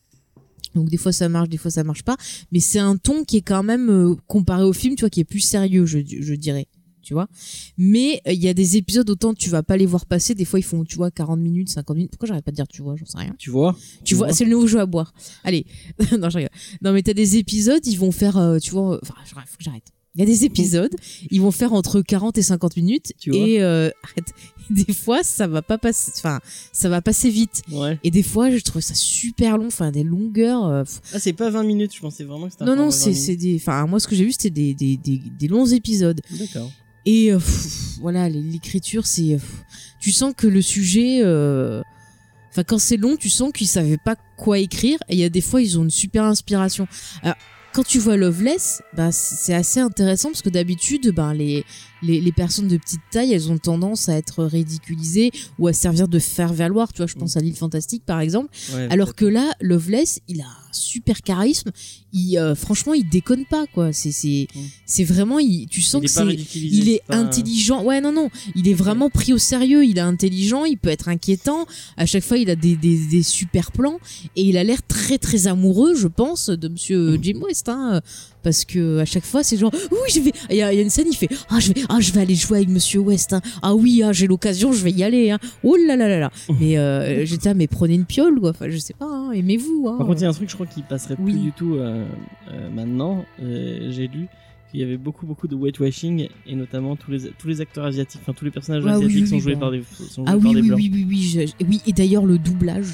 Donc des fois ça marche, des fois ça marche pas, mais c'est un ton qui est quand même euh, comparé au film, tu vois, qui est plus sérieux, je je dirais. Tu vois, mais il euh, y a des épisodes, autant tu vas pas les voir passer, des fois ils font, tu vois, quarante minutes, cinquante minutes. Pourquoi j'arrête pas de dire tu vois, j'en sais rien. Tu vois? Tu vois, c'est le nouveau jeu à boire. Allez, non, je rigole. Non, mais t'as des épisodes, ils vont faire, euh, tu vois, enfin, euh, faut que j'arrête. Il y a des épisodes, ils vont faire entre quarante et cinquante minutes, Tu vois. et euh, arrête. Des fois, ça va pas passer, enfin, ça va passer vite. Ouais. Et des fois, je trouve ça super long, enfin, des longueurs. Euh, f- Ah, c'est pas vingt minutes, je pensais vraiment que c'était un non, non, format c'est, vingt c'est des, enfin, moi, ce que j'ai vu, c'était des, des, des, des longs épisodes. minutes. D'accord. Et euh, pff, voilà, l'écriture, c'est, pff, tu sens que le sujet, euh, enfin, quand c'est long, tu sens qu'ils savaient pas quoi écrire. Et il y a des fois, ils ont une super inspiration. Alors, quand tu vois Loveless, bah, c'est assez intéressant parce que d'habitude, bah, les, les, les personnes de petite taille, elles ont tendance à être ridiculisées ou à servir de faire valoir. Tu vois, je pense à l'île fantastique, par exemple. Ouais, Alors peut-être. que là, Loveless, il a un super charisme. Il, euh, franchement, il déconne pas, quoi. C'est, c'est, Mm. c'est vraiment, il, tu sens Il que est pas c'est, ridiculisé, il est c'est pas- intelligent. Ouais, non, non. Il est vraiment pris au sérieux. Il est intelligent. Il peut être inquiétant. À chaque fois, il a des, des, des super plans. Et il a l'air très, très amoureux, je pense, de monsieur Jim West, hein. Parce que à chaque fois, c'est genre, oui, je vais. Il y a, il y a une scène, il fait, ah, je vais, ah, je vais aller jouer avec monsieur West, hein. Ah oui, ah, j'ai l'occasion, je vais y aller, hein. Oh là là là là. Mais, euh, j'étais là, mais prenez une piole, quoi. Enfin, je sais pas, hein. Aimez-vous, hein. Par contre, il y a un truc, je crois, qui passerait Oui. plus du tout euh, euh, maintenant. Euh, J'ai lu qu'il y avait beaucoup, beaucoup de whitewashing, et notamment tous les, tous les acteurs asiatiques, enfin tous les personnages Ah oui, asiatiques oui, sont oui, joués bah. par des, sont joués Ah par oui, des oui, blancs. oui, oui, oui, je- oui. Et d'ailleurs, le doublage.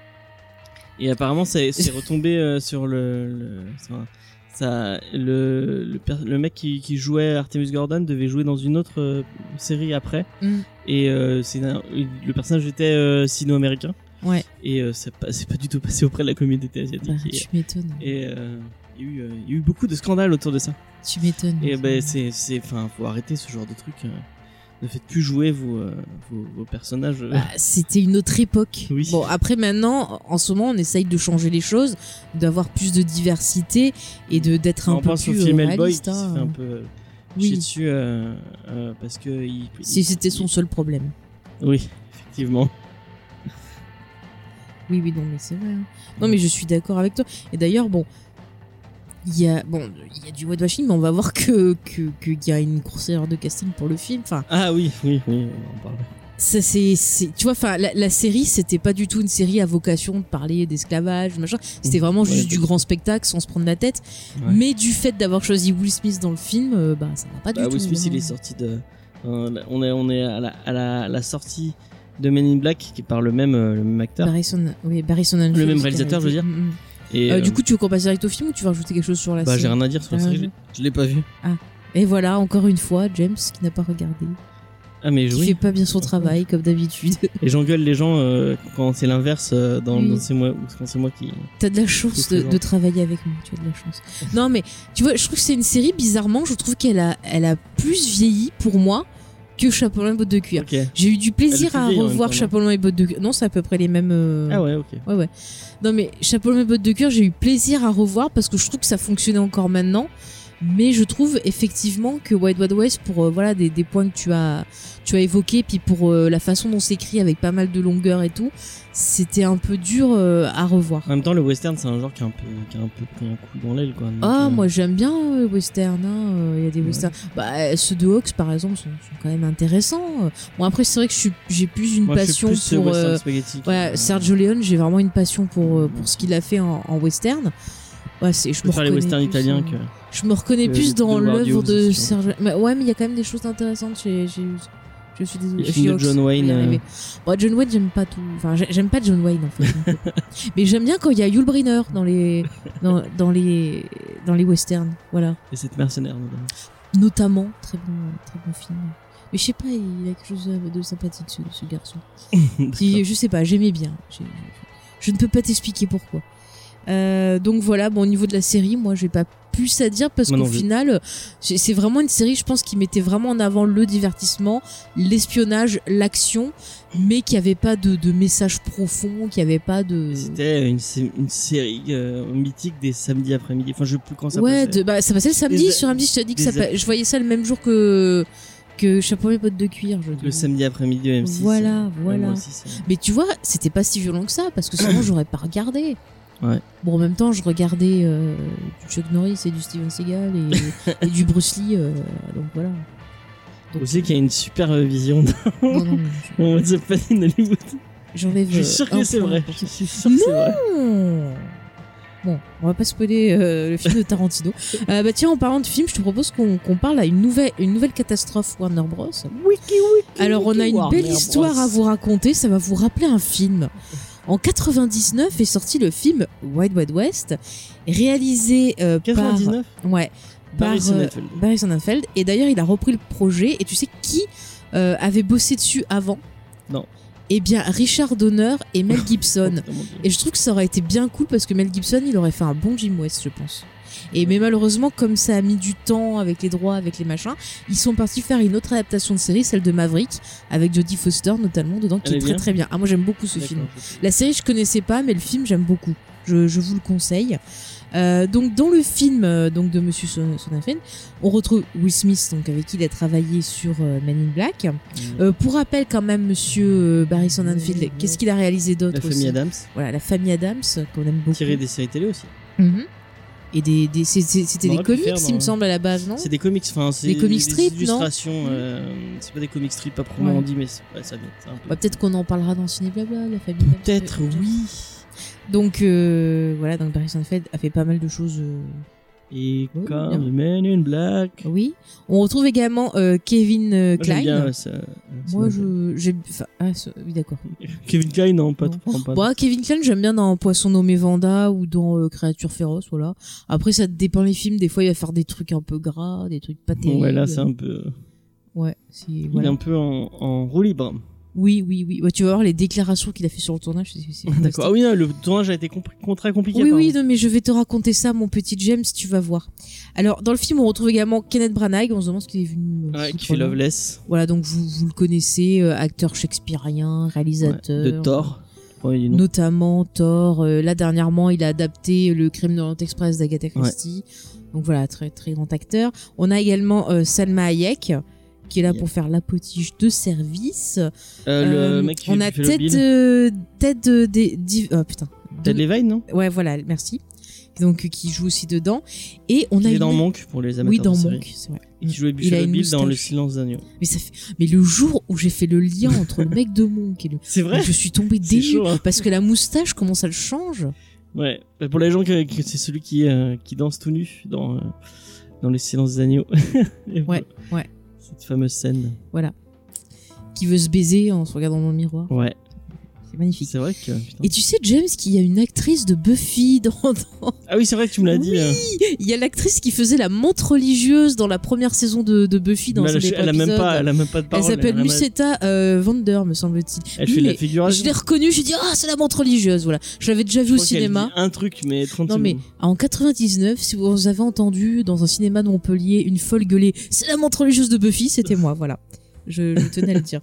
Et apparemment, c'est c'est retombé euh, sur le, le enfin, ça, le, le, per- le mec qui, qui jouait Artemus Gordon devait jouer dans une autre euh, série après, Mm. et euh, c'est un- le personnage était euh, sino-américain, Ouais. et euh, c'est pas, c'est pas du tout passé auprès de la communauté asiatique. Bah, et tu m'étonnes. et, euh, il y a eu, euh, il y a eu beaucoup de scandales autour de ça. Tu m'étonnes. Et ben c'est c'est enfin faut arrêter ce genre de truc. euh, ne faites plus jouer vos euh, vos, vos personnages. euh. Bah, c'était une autre époque. Oui. Bon, après maintenant, en ce moment, on essaye de changer les choses, d'avoir plus de diversité et de d'être un On peu pense au plus film euh, Hellboy réaliste. qui s'est hein. fait un peu euh, Oui. chier dessus euh, euh, parce que il, Si il- c'était son seul problème. Oui, effectivement. Oui, oui, non, mais c'est vrai. hein. Non, mais je suis d'accord avec toi. Et d'ailleurs, bon, il y a bon, il y a du whitewashing, mais on va voir que que qu'il y a une grosse erreur de casting pour le film. Enfin, Ah oui, oui, oui, on en parle. ça c'est c'est tu vois, enfin la, la série, c'était pas du tout une série à vocation de parler d'esclavage, machin. C'était vraiment Ouais, juste du pas- grand spectacle sans se prendre la tête. Ouais. Mais du fait d'avoir choisi Will Smith dans le film, euh, bah ça va pas Bah, du tout. Will Smith, hein. il est sorti de. euh, on est on est à la, à la, la sortie de Men in Black qui est par le même euh, le même acteur. Barryson, oui, Barryson Hanfield, Le même qui a réalisateur, je veux réalisé. dire. Mm, mm. Et Euh, euh, du coup, tu veux qu'on passe direct au film ou tu veux rajouter quelque chose sur la bah j'ai série rien à dire sur la Ah, série. ouais. Je, je l'ai pas vu. Et voilà, encore une fois, James qui n'a pas regardé, Ah mais qui oui. fait pas bien son travail comme d'habitude. Et j'engueule les gens euh, quand c'est l'inverse euh, dans, Oui. dans ces mois quand c'est moi qui. T'as de la chance C'est de, très de travailler avec moi, tu as de la chance. Non mais tu vois, je trouve que c'est une série, bizarrement, je trouve qu'elle a, elle a plus vieilli pour moi que Chapeau melon et bottes de cuir. Ok. J'ai eu du plaisir Elle est à plus vieille en même revoir temps, non Chapeau melon et bottes de cuir. Non, c'est à peu près les mêmes. euh, Ah ouais, ok. Ouais, ouais. Non, mais Chapeau melon et bottes de cuir, j'ai eu plaisir à revoir parce que je trouve que ça fonctionnait encore maintenant. Mais je trouve effectivement que Wild Wild West, pour euh, voilà des, des points que tu as tu as évoqués, puis pour euh, la façon dont c'est écrit avec pas mal de longueur et tout, c'était un peu dur euh, à revoir. En même temps, le western, c'est un genre qui a un peu, qui a un peu pris un coup dans l'aile, quoi. Donc, Ah, euh... moi j'aime bien le western. Il hein. euh, y a des ouais. westerns. Bah, ceux de Hawks, par exemple, sont, sont quand même intéressants. Bon, après, c'est vrai que je suis, j'ai plus une moi, passion je suis plus pour. Euh, ouais, euh... Sergio Leone, j'ai vraiment une passion pour euh, pour ce qu'il a fait en, en western. Ouais, c'est. Je, je me faire les westerns plus, italiens euh, que. Je me reconnais que plus dans l'œuvre de aussi, Sergio. Mais ouais, mais il y a quand même des choses intéressantes chez. chez... Je suis désolée. Le film de John Wayne. Euh... Bon, John Wayne, j'aime pas tout. Enfin, j'aime pas John Wayne en fait. Mais j'aime bien quand il y a Yul Brynner dans les dans, dans les dans les westerns. Voilà. Et cette mercenaire notamment. Notamment, très bon, très bon film. Mais je sais pas, il a quelque chose de sympathique ce, ce garçon. Qui, je sais pas, j'aimais bien. Je, je ne peux pas t'expliquer pourquoi. Euh, donc voilà, bon, au niveau de la série, moi j'ai pas plus à dire parce moi qu'au final, c'est vraiment une série, je pense, qui mettait vraiment en avant le divertissement, l'espionnage, l'action, mais qui avait pas de, de message profond, qui avait pas de. C'était une, une série euh, mythique des samedis après-midi. Enfin, je sais plus quand ça ouais, passait. Ouais, bah, ça passait le samedi. Des sur M D, je t'ai dit que ça pa... je voyais ça le même jour que. que Chapeau et bottes de cuir. Je le samedi après-midi M six. Voilà, voilà. Aussi, mais tu vois, c'était pas si violent que ça parce que sinon j'aurais pas regardé. Ouais. Bon, en même temps, je regardais euh, du Chuck Norris et du Steven Seagal et, et du Bruce Lee, euh, donc voilà. Donc, vous savez qu'il y a une super vision dans non, non, je... What's Up in Hollywood. J'enlève. Je suis sûr que c'est vrai. Je suis sûr non que c'est vrai. Bon, on va pas spoiler euh, le film de Tarantino. euh, bah tiens, en parlant de film, je te propose qu'on qu'on parle à une nouvelle, une nouvelle catastrophe Warner Bros. Wiki, wiki, Alors, on a une Warner belle histoire Bros. à vous raconter. Ça va vous rappeler un film. En quatre-vingt-dix-neuf est sorti le film Wild Wild West, réalisé euh, quatre-vingt-dix-neuf par ouais Barry par euh, Barry Sonnenfeld. Et d'ailleurs, il a repris le projet. Et tu sais qui euh, avait bossé dessus avant? Non. Eh bien, Richard Donner et Mel Gibson. Et je trouve que ça aurait été bien cool parce que Mel Gibson, il aurait fait un bon Jim West, je pense. Et mais malheureusement, comme ça a mis du temps avec les droits, avec les machins, ils sont partis faire une autre adaptation de série, celle de Maverick, avec Jodie Foster notamment dedans, qui Elle est, est très bien. très bien. Ah, moi j'aime beaucoup ce film. La série je connaissais pas, mais le film j'aime beaucoup. Je, je vous le conseille. Euh, donc dans le film euh, donc de Monsieur Sonnenfeld, on retrouve Will Smith, donc avec qui il a travaillé sur euh, Men in Black. Mmh. Euh, pour rappel quand même, Monsieur euh, Barry Sonnenfeld, mmh. qu'est-ce qu'il a réalisé d'autre? La famille aussi Adams. Voilà, La famille Adams qu'on aime beaucoup. Tiré des séries télé aussi. Mmh. Et des, des c'était des comics, il dans... me semble à la base, non? C'est des comics, enfin c'est des comics strips, des illustrations. Non euh, c'est pas des comics strips proprement ouais. dit, mais ouais, ça vient. Bah, peut-être qu'on en parlera dans Ciné Blabla, la famille. Peut-être, oui. Donc euh, voilà, donc Barry Sonnenfeld a fait pas mal de choses. Euh... Et oui, comme Men in Black. Oui. On retrouve également euh, Kevin euh, Kline. Bien, ça, Moi, je, j'ai, enfin, ah, oui, d'accord. Kevin Kline, non, pas non. trop. Pas bon, Kevin Kline, j'aime bien dans Poisson nommé Vanda ou dans euh, Créature féroce, voilà. Après, ça dépend les films. Des fois, il va faire des trucs un peu gras, des trucs pas terribles. Ouais, là, c'est un peu. Ouais, c'est. Il Voilà. est un peu en, en roue libre. Oui, oui, oui. Ouais, tu vas voir les déclarations qu'il a fait sur le tournage. C'est, c'est D'accord. Ah oui, non, le tournage a été compl- très compliqué. Oui, oui, non, mais je vais te raconter ça, mon petit James, tu vas voir. Alors, dans le film, on retrouve également Kenneth Branagh. On se demande ce qu'il est venu. Ouais, qui fait Loveless. Voilà, donc vous, vous le connaissez, euh, acteur shakespearien, réalisateur. Ouais, de Thor. Ouais, notamment Thor. Euh, là, dernièrement, il a adapté Le Crime de l'Orient Express d'Agatha Christie. Ouais. Donc voilà, très, très grand acteur. On a également euh, Salma Hayek, qui est là yeah. pour faire l'apotige de service. Euh, euh, le mec qui on fait, a qui Ted, euh, Ted des div... oh putain. Ted Levine, non? Ouais, voilà, merci. Donc qui joue aussi dedans. Et on qui a est une... dans Monk pour les amateurs oui, dans de Monk, c'est vrai. Et qui jouait Buffalo Bill dans Le Silence d'agneau. Mais ça fait mais le jour où j'ai fait le lien entre le mec de Monk et le C'est vrai. Je suis tombée dénue hein. parce que la moustache comment ça le change. Ouais, pour les gens que, que c'est celui qui euh, qui danse tout nu dans euh, dans Le Silence d'agneau. Ouais, ouais. Cette fameuse scène. Voilà. Qui veut se baiser en se regardant dans le miroir. Ouais. C'est magnifique. C'est vrai que. Putain. Et tu sais, James, qu'il y a une actrice de Buffy dans. dans... Ah oui, c'est vrai que tu me l'as oui dit. Euh... Il y a l'actrice qui faisait la montre religieuse dans la première saison de, de Buffy dans elle, elle, elle a même pas, elle a même pas de parole. Elle s'appelle Lucetta euh, Vander, me semble-t-il. Elle oui, fait la figuration. Je l'ai reconnue, j'ai dit ah c'est la montre religieuse, voilà. Je l'avais déjà vu au cinéma. Un truc, mais trente Non mais en quatre-vingt-dix-neuf, si vous avez entendu dans un cinéma de Montpellier une folle gueuler, c'est la montre religieuse de Buffy, c'était moi, voilà. Je, je tenais à le dire.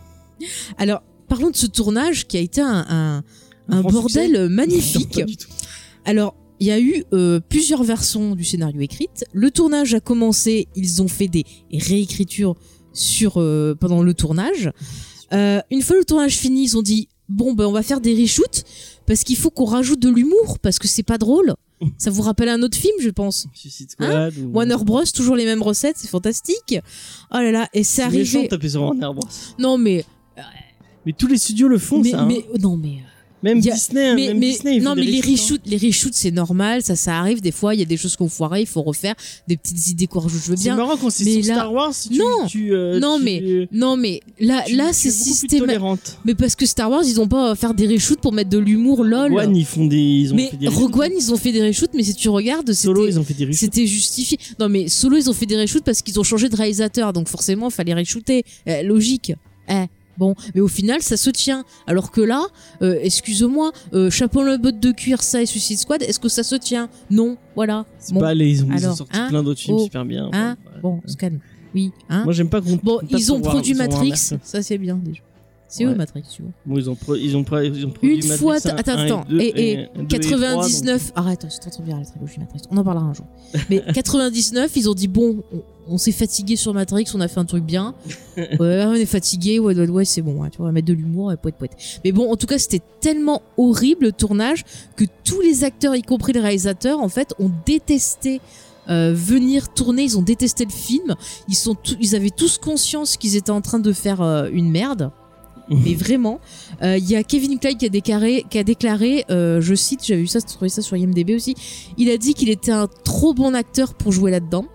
Alors. Parlons de ce tournage qui a été un, un, un bordel succès. magnifique. Non, Alors, il y a eu euh, plusieurs versions du scénario écrites. Le tournage a commencé, ils ont fait des réécritures sur euh, pendant le tournage. Euh, une fois le tournage fini, ils ont dit bon ben on va faire des reshoots parce qu'il faut qu'on rajoute de l'humour parce que c'est pas drôle. Ça vous rappelle un autre film, je pense. Suicide Squad. Hein ou... Warner Bros, toujours les mêmes recettes, c'est fantastique. Oh là là, et c'est, c'est arrivé. C'est méchant de taper sur Warner Bros. Non mais. Mais tous les studios le font, mais, ça. Mais hein. non mais. Même a... Disney, mais, même mais, Disney, ils non font mais des les reshoots, reshoots, hein. les reshoots c'est normal, ça, ça arrive des fois. Il y a des choses qu'on foirait, il faut refaire des petites idées qu'on rajoute. Je veux bien. C'est marrant quand c'est mais sur là... Star Wars. Si tu, non, tu, euh, non tu, mais, euh, non mais là, tu, là tu c'est systématique. Mais parce que Star Wars, ils ont pas à faire des reshoots pour mettre de l'humour, lol. Rogue One, ils font des, ils ont mais fait des Rogue One, ils ont fait des reshoots, mais si tu regardes, c'était, Solo, ils ont fait des reshoots. C'était justifié. Non mais Solo, ils ont fait des reshoots parce qu'ils ont changé de réalisateur, donc forcément, il fallait reshooter. Euh, logique. Eh. Bon, mais au final, ça se tient. Alors que là, euh, excuse-moi, euh, Chapeau le botte de cuir, ça et Suicide Squad, est-ce que ça se tient? Non, voilà. C'est bon. pas les, ils ont, Alors, ils ont sorti hein, plein d'autres films oh, super bien. Hein, bon, bon, on se calme. Oui, hein. Moi, j'aime pas qu'on. Bon, ils ont voir, produit voir Matrix, Warner. ça c'est bien déjà. C'est ouais. eux Matrix, tu vois. Bon, ils ont, pro, ils ont, pro, ils ont produit Une Matrix fois, un, attends, un attends, et, deux, et, et, et deux quatre-vingt-dix-neuf, et trois, arrête, c'est trop bien la trilogie Matrix, on en parlera un jour. Mais quatre-vingt-dix-neuf, ils ont dit bon, on, on s'est fatigué sur Matrix, on a fait un truc bien. Ouais, on est fatigué, ouais, ouais, ouais, c'est bon, ouais, tu vois, on va mettre de l'humour et poète, poète. Mais bon, en tout cas, c'était tellement horrible le tournage que tous les acteurs, y compris les réalisateurs, en fait, ont détesté Euh, venir tourner, ils ont détesté le film, ils sont tout, ils avaient tous conscience qu'ils étaient en train de faire euh, une merde. Mais vraiment, il euh, y a Kevin Kline qui a déclaré, qui a déclaré, euh, je cite, j'avais vu ça, j'ai trouvé ça sur I M D B aussi. Il a dit qu'il était un trop bon acteur pour jouer là-dedans.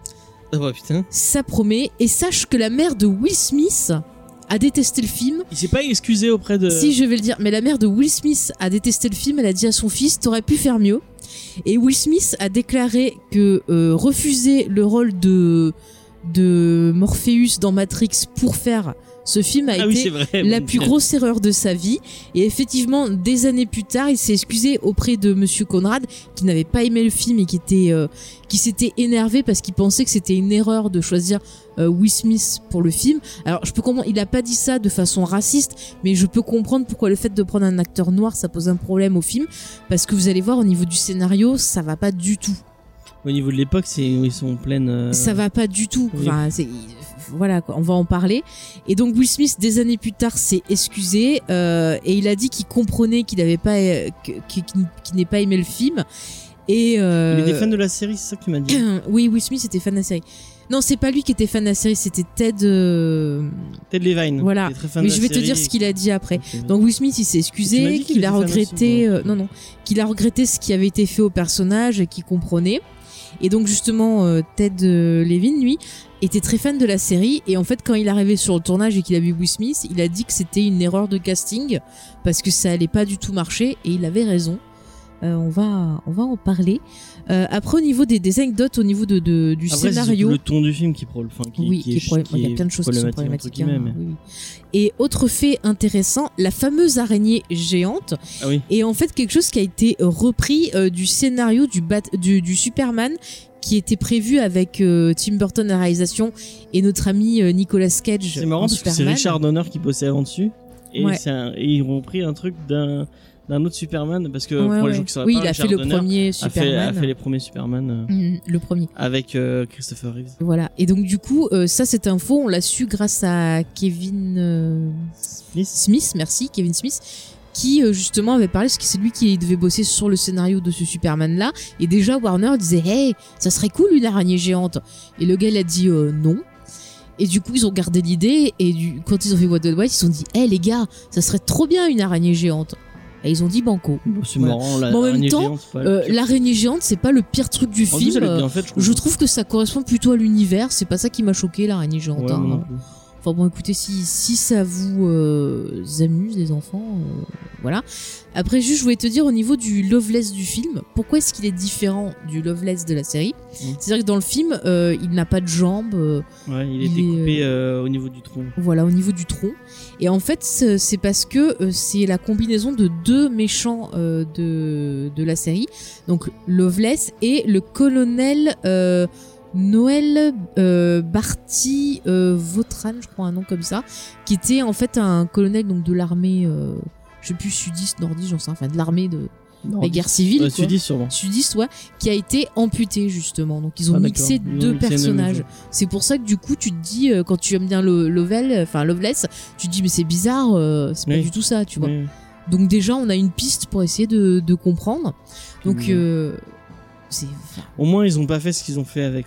Ah ouais, putain. Ça promet. Et sache que la mère de Will Smith a détesté le film. Il s'est pas excusé auprès de. Si, je vais le dire. Mais la mère de Will Smith a détesté le film. Elle a dit à son fils, t'aurais pu faire mieux. Et Will Smith a déclaré que euh, refuser le rôle de de Morpheus dans Matrix pour faire ce film a ah été oui, vrai, la bon, plus bien. grosse erreur de sa vie. Et effectivement, des années plus tard, il s'est excusé auprès de Monsieur Conrad, qui n'avait pas aimé le film et qui était, euh, qui s'était énervé parce qu'il pensait que c'était une erreur de choisir euh, Will Smith pour le film. Alors, je peux comprendre, il a pas dit ça de façon raciste, mais je peux comprendre pourquoi le fait de prendre un acteur noir, ça pose un problème au film, parce que vous allez voir, au niveau du scénario, ça va pas du tout. Au niveau de l'époque, c'est ils sont en pleine. Euh... Ça va pas du tout. Oui. Enfin, c'est, voilà, quoi, on va en parler. Et donc Will Smith, des années plus tard, s'est excusé euh, et il a dit qu'il comprenait qu'il avait pas, euh, qu'il, qu'il n'ait pas aimé le film. Et euh... il était fan de la série, c'est ça que tu m'as dit. Oui, Will Smith était fan de la série. Non, c'est pas lui qui était fan de la série, c'était Ted. Euh... Ted Levine. Voilà. Très fan Mais de je la vais te dire série ce qu'il a dit après. Okay. Donc Will Smith, il s'est excusé, qu'il, qu'il a regretté, euh, non non, qu'il a regretté ce qui avait été fait au personnage et qu'il comprenait. Et donc justement, euh, Ted euh, Levine, lui, était très fan de la série. Et en fait, quand il est arrivé sur le tournage et qu'il a vu Will Smith, il a dit que c'était une erreur de casting parce que ça allait pas du tout marcher. Et il avait raison. Euh, on va, on va en parler. Euh, après, au niveau des, des anecdotes, au niveau de, de du après, scénario, c'est le ton du film qui prend, enfin, qui, oui, qui, qui est, problème, qui il y a plein de choses qui sont problématiques. Hein, mais... oui, oui. Et autre fait intéressant, la fameuse araignée géante ah, oui. est en fait quelque chose qui a été repris euh, du scénario du, bat, du, du Superman qui était prévu avec euh, Tim Burton à la réalisation et notre ami euh, Nicolas Cage. C'est marrant parce Superman. que c'est Richard Donner qui bossait avant dessus et, ouais. c'est un, et ils ont repris un truc d'un d'un autre Superman parce que ouais, pour ouais. les gens qui savent oui, pas, il a Richard fait le Donner premier Superman. A fait, a fait les premiers Superman. Euh, mmh, le premier. Avec euh, Christopher Reeves. Voilà. Et donc du coup, euh, ça cette info, on l'a su grâce à Kevin euh, Smith. Smith, merci, Kevin Smith, qui euh, justement avait parlé parce que c'est lui qui devait bosser sur le scénario de ce Superman là. Et déjà Warner disait, hey, ça serait cool une araignée géante. Et le gars il a dit euh, non. Et du coup, ils ont gardé l'idée. Et du, quand ils ont fait What the White, ils se sont dit, hé hey, les gars, ça serait trop bien une araignée géante. Et ils ont dit banco. Bon, c'est voilà. marrant, la, mais en même temps, géante, c'est pas euh, l'araignée géante, c'est pas le pire truc du en film. plus, elle est bien faite, je, je trouve que ça correspond plutôt à l'univers. C'est pas ça qui m'a choqué, l'araignée géante. Ouais, hein. Enfin bon, écoutez, si, si ça vous euh, amuse, les enfants, euh, voilà. Après, juste, je voulais te dire au niveau du Loveless du film, pourquoi est-ce qu'il est différent du Loveless de la série ? mmh. C'est-à-dire que dans le film, euh, il n'a pas de jambes. Euh, ouais, il, il était est, coupé euh, au niveau du tronc. Voilà, au niveau du tronc. Et en fait, c'est, c'est parce que euh, c'est la combinaison de deux méchants euh, de, de la série. Donc, Loveless et le colonel... Euh, Noël euh, Barty euh, Vautran, je crois un nom comme ça, qui était en fait un colonel donc de l'armée, euh, je sais plus sudiste, nordiste, j'en sais, enfin de l'armée de la guerre civile, euh, quoi. Sudiste sûrement. Sudiste, ouais, qui a été amputé justement. Donc ils ont Ah, mixé d'accord. Ils ont deux mixé personnages. deux C'est pour ça que du coup tu te dis euh, quand tu aimes bien le Lovell, enfin Loveless, tu te dis mais c'est bizarre, euh, c'est Oui. pas du tout ça, tu vois. Oui. Donc déjà on a une piste pour essayer de, de comprendre. Donc Oui. euh, c'est. Enfin, Au moins, ils ont pas fait ce qu'ils ont fait avec.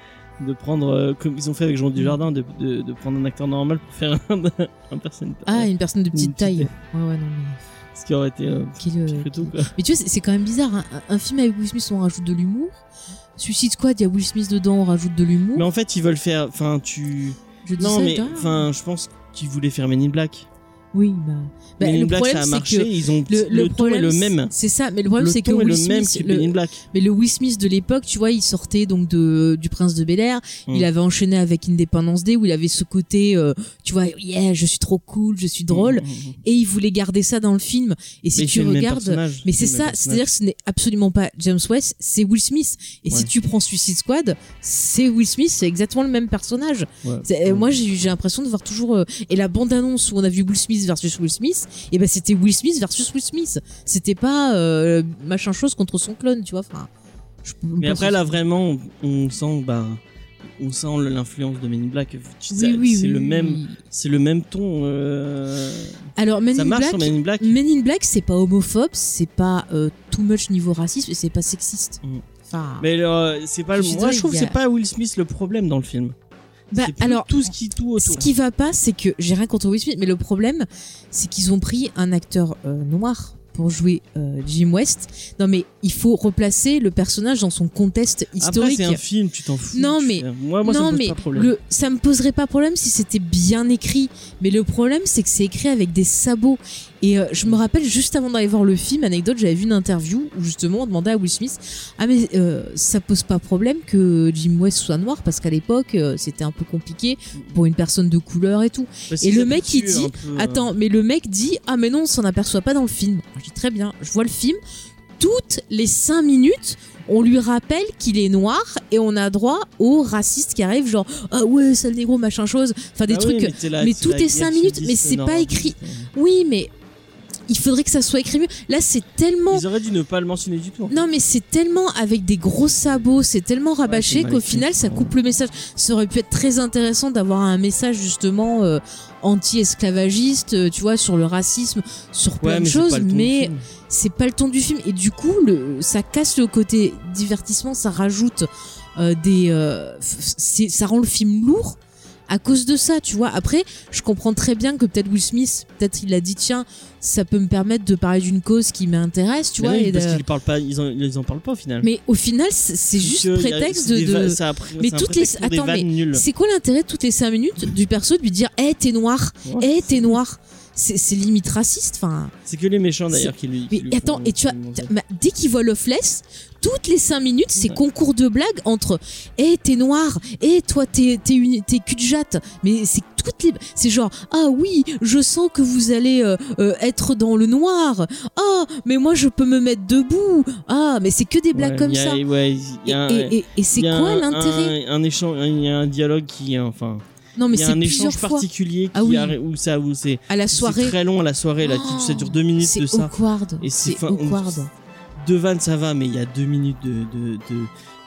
De prendre, euh, comme ils ont fait avec Jean Dujardin, de, de, de prendre un acteur normal pour faire un, un personne. ah une personne de petite Une petite taille. taille. Ouais ouais non mais. Ce qui aurait été euh, Quel, euh, pire que tout, quoi. Mais tu vois, c'est c'est quand même bizarre. Hein. Un, un film avec Will Smith, on rajoute de l'humour. Suicide Squad, il y a Will Smith dedans, on rajoute de l'humour. Mais en fait, ils veulent faire. Enfin, tu. Je dis Non, ça, mais toi enfin, je pense qu'ils voulaient faire Men in Black. Oui, bah. bah Men in le Black, problème, ça a c'est marché. que Ils ont le, le, le ton problème, est le même. C'est ça, mais le problème, Le c'est que ton est Will le même Smith, que Men in le, Black. mais le Will Smith de l'époque, tu vois, il sortait donc de du Prince de Bel-Air. Mm. Il avait enchaîné avec Independence Day où il avait ce côté, euh, tu vois, yeah, je suis trop cool, je suis drôle, Mmh, mmh, mmh. et il voulait garder ça dans le film. Et si Mais tu c'est le même regardes, personnage, mais c'est c'est le même ça, c'est-à-dire que ce n'est absolument pas James West, c'est Will Smith. Et Ouais. si tu prends Suicide Squad, c'est Will Smith, c'est exactement le même personnage. Ouais. C'est- euh, Ouais. Moi, j'ai j'ai l'impression de voir toujours. euh, et la bande-annonce où on a vu Will Smith versus Will Smith, et ben c'était Will Smith versus Will Smith. C'était pas euh, machin chose contre son clone, tu vois. Enfin. je peux même Mais pas après, se- là, vraiment, on, on sent, bah, on sent l'influence de Men in Black. Tu Oui, sais, oui, c'est oui, le oui, même, oui. c'est le même ton. euh, Alors, Men ça in marche Black. sur Men in Black. Men in Black, c'est pas homophobe, c'est pas euh, too much niveau racisme, et c'est pas sexiste. Mm. Enfin. Mais euh, c'est pas. Le... Je Moi, dirais, je trouve il que y a- c'est pas Will Smith le problème dans le film. Bah, c'est plus alors, tout ce qui tout autour. Ce qui va pas, c'est que j'ai rien contre Will Smith, mais le problème, c'est qu'ils ont pris un acteur euh, noir pour jouer euh, Jim West. Non, mais il faut replacer le personnage dans son contexte Après, historique. c'est un film, tu t'en fous. Non, tu mais- fais- moi, moi, ça non, me pose mais pas de problème. le, ça me poserait pas problème si c'était bien écrit. Mais le problème, c'est que c'est écrit avec des sabots. Et euh, je me rappelle, juste avant d'aller voir le film, anecdote, j'avais vu une interview où justement on demandait à Will Smith, ah mais euh, ça pose pas problème que Jim West soit noir, parce qu'à l'époque euh, c'était un peu compliqué pour une personne de couleur et tout. Parce Et qu'ils le mec, il habituent dit, un peu, euh, attends, mais le mec dit, ah mais non, on s'en aperçoit pas dans le film. Je dis très bien, je vois le film, toutes les cinq minutes, on lui rappelle qu'il est noir et on a droit aux racistes qui arrivent, genre, ah ouais, sale négro, machin chose, enfin des ah oui, trucs. mais, c'est la- mais c'est tout la est guerre cinq minutes, sudiste mais c'est pas nord-nordiste, écrit. ouais. Oui, mais il faudrait que ça soit écrit mieux. Là, c'est tellement. Ils auraient dû ne pas le mentionner du tout. en fait. Non, mais c'est tellement avec des gros sabots, c'est tellement rabâché c'est qu'au maléfique, final, ça ouais. coupe le message. Ça aurait pu être très intéressant d'avoir un message justement euh, anti-esclavagiste, euh, tu vois, sur le racisme, sur plein Ouais, de mais c'est choses, pas le ton du mais film. c'est pas le ton du film. Et du coup, le, ça casse le côté divertissement, ça rajoute euh, des, euh, f- c'est, ça rend le film lourd. À cause de ça, tu vois. Après, je comprends très bien que peut-être Will Smith, peut-être il a dit, tiens, ça peut me permettre de parler d'une cause qui m'intéresse, tu Mais vois. oui, et parce de- qu'ils parlent pas, ils en, ils en parlent pas au final. Mais au final, c'est c'est Parce juste que y a- prétexte c'est de. des de- va- ça a pris- Mais c'est un toutes les. prétexte pour des Attends, mais vannes nulles. c'est quoi l'intérêt de toutes les cinq minutes du perso de lui dire, hé, t'es noir, Ouais, hé, t'es noir. C'est c'est limite raciste, enfin. C'est que les méchants d'ailleurs qui lui. Mais qui lui attends, font- et tu as, qui lui t'as- montrent. bah, dès qu'il voit Loveless, toutes les cinq minutes, c'est Ouais. concours de blagues entre hé, t'es noir, hé, toi, t'es t'es une- t'es cul de jatte. Mais c'est toutes les. C'est genre, ah oui, je sens que vous allez euh, euh, être dans le noir. Ah, mais moi, je peux me mettre debout. Ah, mais c'est que des blagues Ouais, comme y a- ça. ouais, y Et, a un- et- et- et c'est y a quoi un- l'intérêt un, un échange, il y a un dialogue qui, enfin, Non, mais il y a c'est un plusieurs échange fois. particulier qui Ah oui. arri- où ça, où c'est À la c'est soirée. très long à la soirée là, qui ça dure deux minutes C'est de ça. awkward. Et c'est C'est fin- on- awkward. Deux vannes ça va, mais il y a deux minutes de de de,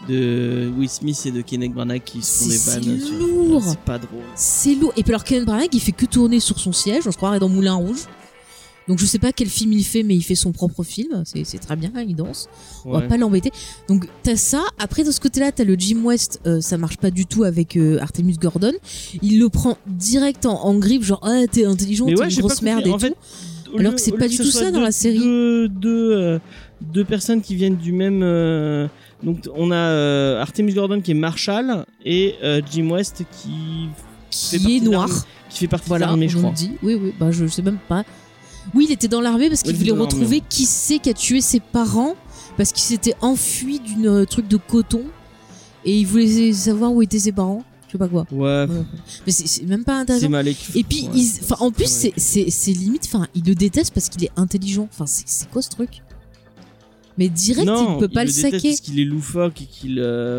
de Will Smith et de Kenneth Branagh qui se font des C'est vannes. c'est sur- lourd. C'est pas drôle. C'est lourd. Et puis alors Kenneth Branagh, il fait que tourner sur son siège. On se croirait dans Moulin Rouge. Donc je sais pas quel film il fait, mais il fait son propre film. C'est c'est très bien, il danse. On va Ouais. pas l'embêter. Donc t'as ça. Après de ce côté-là, t'as le Jim West. Euh, ça marche pas du tout avec euh, Artemus Gordon. Il le prend direct en, en grippe, genre ah t'es intelligent, Mais t'es ouais, une j'ai grosse pas merde compris. et En tout. fait, au Alors lieu- que c'est au pas lieu du ce tout soit ça dans deux- la série. Deux, deux, euh, deux personnes qui viennent du même. euh, donc on a euh, Artemis Gordon qui est Marshall et euh, Jim West qui fait Qui partie est de noir. l'armée- qui fait partie Voilà, de l'armée, je on crois. le dit. Oui, oui. Bah je sais même pas. Oui, il était dans l'armée parce qu'il Oui, il voulait était dans l'armée, retrouver ouais. qui c'est qui a tué ses parents parce qu'il s'était enfui d'une euh, truc de coton et il voulait savoir où étaient ses parents. Je sais pas quoi. Ouais, Ouais. Mais c'est c'est même pas c'est intéressant. mal écrit. Et puis, Ouais, ils- c'est- enfin, en c'est plus, très c'est mal écrit. c'est c'est limite. Enfin, il le déteste parce qu'il est intelligent. Enfin, c'est c'est quoi ce truc? Mais direct, non, il peut pas il le déteste saquer. parce qu'il est loufoque et qu'il euh,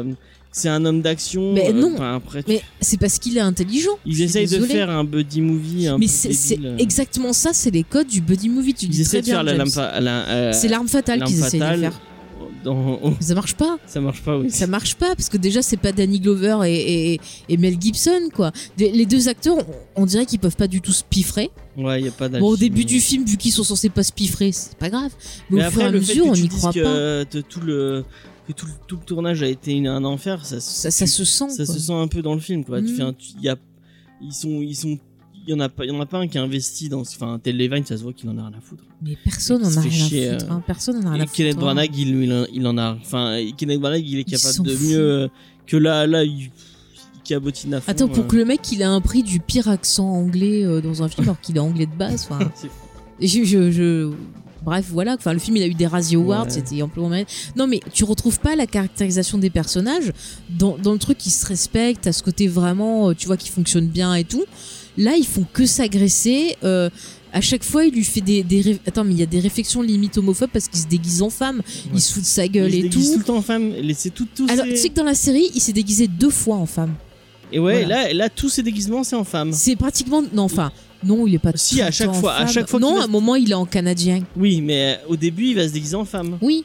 c'est un homme d'action. Mais non. Euh, après, mais c'est parce qu'il est intelligent. Ils essayent de faire un buddy movie. Un mais peu c'est, c'est débile. exactement ça, c'est les codes du buddy movie. Tu Ils dis essaient très de bien, faire la James. lame fa- la, euh, C'est l'arme fatale l'arme qu'ils essayent de fatale faire. Dans... Mais ça marche pas. Ça marche pas, oui. Ça marche pas parce que déjà c'est pas Danny Glover et, et, et Mel Gibson quoi. Les deux acteurs, on, on dirait qu'ils peuvent pas du tout se piffrer. Ouais, y a pas Bon, au début du film, vu qu'ils sont censés pas se piffrer, c'est pas grave. Mais, Mais au après, fur et à le mesure, fait on que tu n'y dises croit que pas. de tout le que tout, le- tout le tournage a été une- un enfer, ça, Ça, ça se sent. ça quoi. se sent un peu dans le film, quoi. Mm. Tu fais un, tu- y a, ils sont, ils sont, il y en a pas, il y en a pas un qui a investi dans, enfin, Ted Levine, ça se voit qu'il en a rien à foutre. Mais personne Il en se a fait rien chier, à foutre. euh, hein. Personne en a rien Et à foutre. Kenneth hein. Branagh, il, il, en- il en a, enfin, Kenneth Branagh, il est Ils capable s'en de foutent. mieux euh, que là, là, il, il cabotine à fond. Attends, pour euh. que le mec il a un prix du pire accent anglais euh, dans un film alors qu'il est anglais de base. Enfin, C'est- je, je, je- Bref, voilà. Enfin, le film il a eu des Razzie Awards, Ouais. c'était amplement mérité. Non, mais tu retrouves pas la caractérisation des personnages dans, dans le truc qui se respecte, à ce côté vraiment, euh, tu vois, qui fonctionne bien et tout. Là, ils font que s'agresser. Euh, à chaque fois, il lui fait des, des ré- attends, mais il y a des réflexions limite homophobes parce qu'il se déguise en femme, Ouais. il se fout de sa Il gueule se et déguise tout. tout le temps en femme. Et c'est tout, tout. Alors, c'est- tu sais que dans la série, il s'est déguisé deux fois en femme. Et ouais, voilà. là, là, tous ces déguisements, c'est en femme. C'est pratiquement, non, enfin, non, il est pas. Si, tout à le chaque temps en fois- à femme. chaque fois qu'il Non, va à un se- moment, il est en canadien. Oui, mais euh, au début, il va se déguiser en femme. Oui.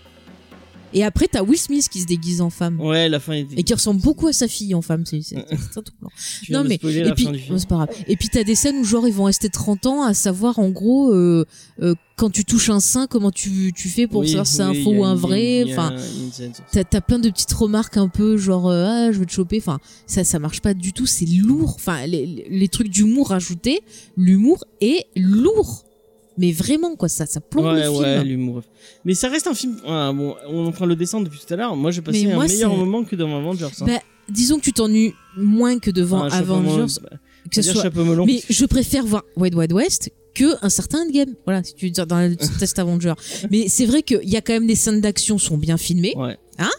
Et après, t'as Will Smith qui se déguise en femme. Ouais, la fin est. Et qui ressemble beaucoup à sa fille en femme. C'est, c'est, c'est très troublant. Tu viens Non, de mais, spoiler et la puis, fin du film. oh, c'est pas grave. Et puis, t'as des scènes où, genre, ils vont rester trente ans à savoir, en gros, euh, euh, quand tu touches un sein, comment tu, tu fais pour Oui, savoir si c'est un oui, faux il y a ou un une- vrai. il y a Enfin, une scène sur ça. t'as, t'as plein de petites remarques un peu, genre, euh, ah, je vais te choper. Enfin, ça, ça marche pas du tout. C'est lourd. Enfin, les, les trucs d'humour rajoutés, l'humour est lourd. Mais vraiment, quoi, ça, ça plombe Ouais, le film. ouais, l'humour. Mais ça reste un film. Ah, bon, on est en train de le descendre depuis tout à l'heure. Moi, j'ai passé Mais un moi, meilleur c'est- moment que dans Avengers. Hein. Bah, disons que tu t'ennuies moins que devant Enfin, chapeau Avengers. melon, que bah, ce dire soit... chapeau melon. Mais je préfère voir Wild Wild West que un certain Endgame. Voilà, si tu veux dire dans le test Avenger. Mais c'est vrai qu'il y a quand même des scènes d'action sont bien filmées. Ouais.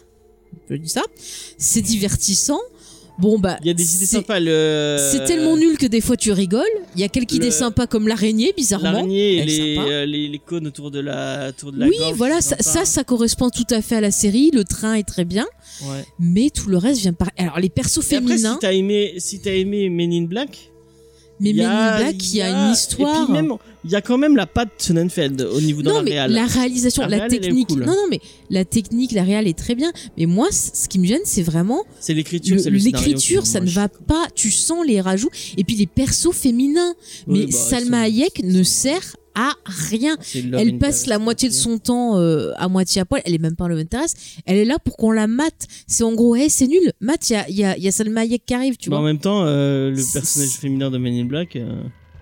Je dis ça. C'est divertissant. Bon, bah. Il y a des idées c'est- sympas. Le... C'est tellement nul que des fois tu rigoles. Il y a quelques Le- idées sympas comme l'araignée, bizarrement. L'araignée et Elle est les, sympa. euh, les, les cônes autour de la, autour de la Oui, gorge, voilà, c'est ça, sympa. ça, ça correspond tout à fait à la série. Le train est très bien, Ouais. mais tout le reste vient par. Alors les persos Et après, féminins, si t'as aimé, si t'as aimé Men in Black, mais il y Men a- in Black, il y a une histoire. Et puis même, il y a quand même la patte Sonnenfeld au niveau de Non, la mais réal. la réalisation, La la, réal, elle est technique. cool. Non, non, mais la technique, la réal est très bien. Mais moi, c- ce qui me gêne, c'est vraiment C'est l'écriture, le- c'est le scénario l'écriture. qui- Ça moi, ne je- va pas. Tu sens les rajouts. Et puis les persos féminins. Oui, mais bah, Salma c'est- Hayek ne sert à rien. c'est Love Elle in passe Paris, la moitié de c'est- son temps euh, à moitié à poil. Elle est même pas en love interest. Elle est là pour qu'on la mate. C'est en gros, hey, c'est nul. Mate, il y a, il y, a, il y a Salma Hayek qui arrive, tu Mais en vois. même temps, euh, le C'est- personnage féminin de Men in Black. euh,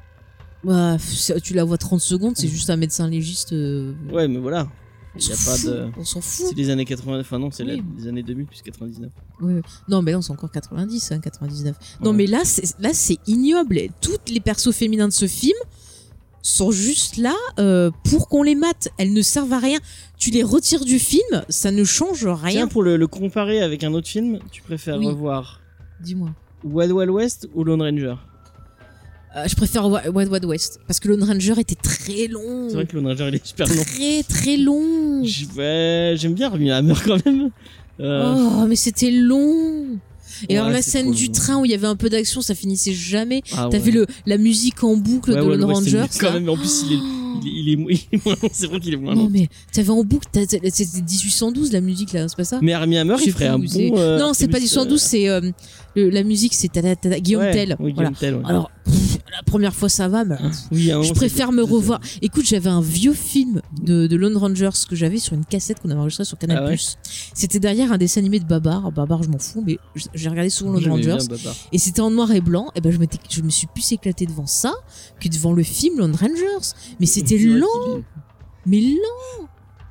Bah, c'est- tu la vois trente secondes, c'est juste un médecin légiste. euh, Ouais, mais voilà. on Il y a s'en pas fout, de. On s'en fout. C'est les années quatre-vingts. Enfin, non, c'est la- Oui. les années deux mille plus quatre-vingt-dix-neuf. Ouais, ouais. Non, mais non, c'est encore quatre-vingt-dix, hein, quatre-vingt-dix-neuf. Non, Ouais. mais là, c'est, là, c'est ignoble. Toutes les persos féminins de ce film sont juste là euh, pour qu'on les mate. Elles ne servent à rien. Tu les retires du film, ça ne change rien. Tiens, pour le, le comparer avec un autre film, tu préfères Oui. revoir Dis-moi. Wild Wild West ou Lone Ranger? Euh, je préfère Wa- Wild Wild West parce que Lone Ranger était très long. C'est vrai que Lone Ranger il est super long. Très très long. J- ouais, j'aime bien Armie Hammer quand même. Euh, Oh, mais c'était long. Et Ouais, alors la c'est scène trop du long. train où il y avait un peu d'action, ça finissait jamais. ah T'as ouais. vu le, la musique en boucle Ouais, de Wild Lone West, c'est Ranger mieux quand ça. même. En plus, il est, il est, il est, mo- il est moins long. C'est vrai qu'il est moins Non long. mais t'avais en boucle, t'as- t'as- c'était dix-huit cent douze la musique là, c'est pas ça? Mais Armie Hammer, Je il sais ferait un plus, c'est- bon. euh, non, c'est pas Artemis, dix-huit cent douze, euh, c'est euh, le- la musique, c'est tada, tada, Guillaume ouais, Tell. Oui, Voilà. Guillaume Tell, ouais. Alors pff, la première fois ça va, mais Oui, à un je moment, préfère c'est- me c'est- revoir. Écoute, j'avais un vieux film de, de Lone Rangers que j'avais sur une cassette qu'on avait enregistrée sur Canal+. Ah ouais. C'était derrière un dessin animé de Babar. Babar, je m'en fous, mais j- j'ai regardé souvent Lone J'aimais bien Rangers. Babar. Et c'était en noir et blanc. Et ben je, m'étais- je me suis plus éclaté devant ça que devant le film Lone Rangers. Mais c'était C'est vrai lent, qu'il est- mais lent.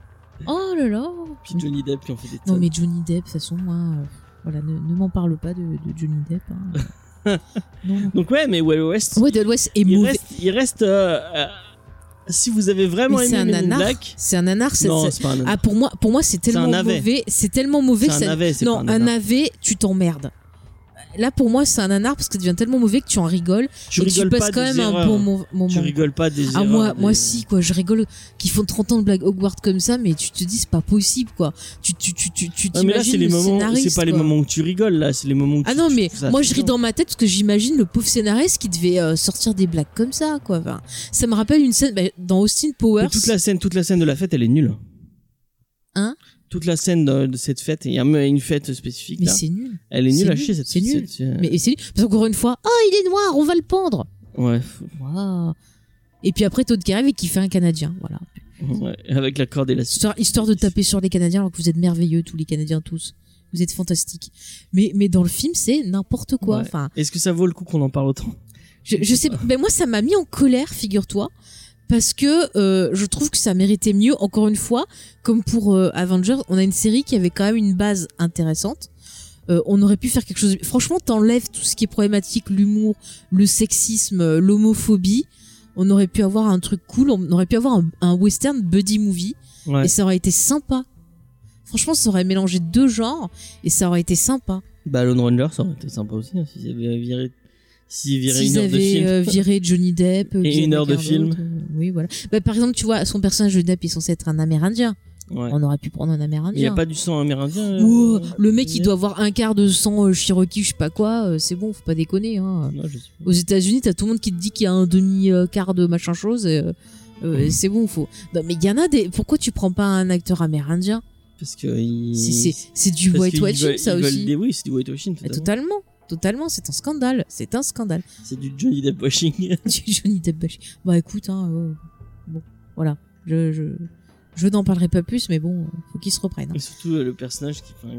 Oh là là. Puis Johnny Depp qui en fait des Non tonnes. mais Johnny Depp, de toute façon, moi, euh, voilà, ne, ne m'en parle pas de, de Johnny Depp. Hein. non, non. Donc ouais, mais Wild West, Ouais, de l'Ouest est il mauvais. reste, il reste euh, euh, si vous avez vraiment Mais c'est aimé un Men in nanar. Black, C'est un nanar. c'est- non, c'est- c'est pas un nanar. Ah pour moi, pour moi c'est tellement un navet. mauvais. C'est tellement mauvais. C'est un ça- navet, c'est non, pas un un nanar. navet, tu t'emmerdes. là pour moi c'est un nanar parce que ça devient tellement mauvais que tu en rigoles. Tu et rigoles tu passes pas quand des même erreurs. un bon mo- moment. Tu rigoles pas des Ah erreurs. moi, des... moi si quoi, je rigole qu'ils font trente ans de blagues Hogwarts comme ça, mais tu te dis c'est pas possible quoi. Tu tu tu tu tu Ouais, mais là c'est les le moments, scénariste, c'est pas les quoi. moments où tu rigoles là, c'est les moments où Ah tu, non tu mais trouves ça moi je ris affligeant. dans ma tête parce que j'imagine le pauvre scénariste qui devait euh, sortir des blagues comme ça quoi. Enfin, ça me rappelle une scène bah, dans Austin Powers. Mais toute la scène, toute la scène de la fête, elle est nulle. Hein? Toute la scène de, de cette fête, il y a une fête spécifique Mais là. c'est nul. Elle est c'est nulle à nul, chier cette c'est nul. cette- Mais et c'est nul parce qu'encore une fois, oh il est noir, on va le pendre. Ouais. Waouh. Et puis après Todd qui arrive et qui fait un Canadien, voilà. Ouais, avec la corde élastique. Histoire, histoire de taper sur les Canadiens alors que vous êtes merveilleux tous les Canadiens tous. Vous êtes fantastiques. Mais mais dans le film c'est n'importe quoi. Ouais. Enfin, Est-ce que ça vaut le coup qu'on en parle autant? je, je sais. Ben moi ça m'a mis en colère, figure-toi. Parce que euh, je trouve que ça méritait mieux. Encore une fois, comme pour euh, Avengers, on a une série qui avait quand même une base intéressante. Euh, on aurait pu faire quelque chose. Franchement, t'enlèves tout ce qui est problématique, l'humour, le sexisme, euh, l'homophobie. On aurait pu avoir un truc cool. On aurait pu avoir un, un western buddy movie Ouais. et ça aurait été sympa. Franchement, ça aurait mélangé deux genres et ça aurait été sympa. Bah Lone Ranger, ça aurait été sympa aussi hein, s'ils avaient viré, s'ils viraient S'ils une heure de avaient film. euh, viré Johnny Depp euh, Et qu'ils une avaient heure de quelqu'un film. d'autre, euh, oui, voilà. Bah, par exemple, tu vois, son personnage de Depp est censé être un Amérindien. Ouais. On aurait pu prendre un Il y a Amérindien. pas du sang amérindien. euh, Ouh, le mec, il euh, doit avoir un quart de sang euh, Cherokee, je sais pas quoi. euh, c'est bon, faut pas déconner. Hein. Non, je sais pas. Aux États-Unis, t'as tout le monde qui te dit qu'il y a un demi-quart de machin chose. Et, euh, euh, c'est bon, faut. Non, mais il y en a des. Pourquoi tu prends pas un acteur amérindien? Parce que ils... Si c'est c'est du parce qu'ils whitewashing, veulent- ça ils veulent aussi. des- Oui, c'est du whitewashing. Mais Totalement. totalement, totalement. C'est un scandale. C'est un scandale. C'est du Johnny Depp washing. Du Johnny Depp bashing. Bah écoute, hein, euh, bon, voilà. Je, je, je n'en parlerai pas plus, mais bon, faut qu'il se reprenne. hein. Et surtout euh, le personnage qui, enfin,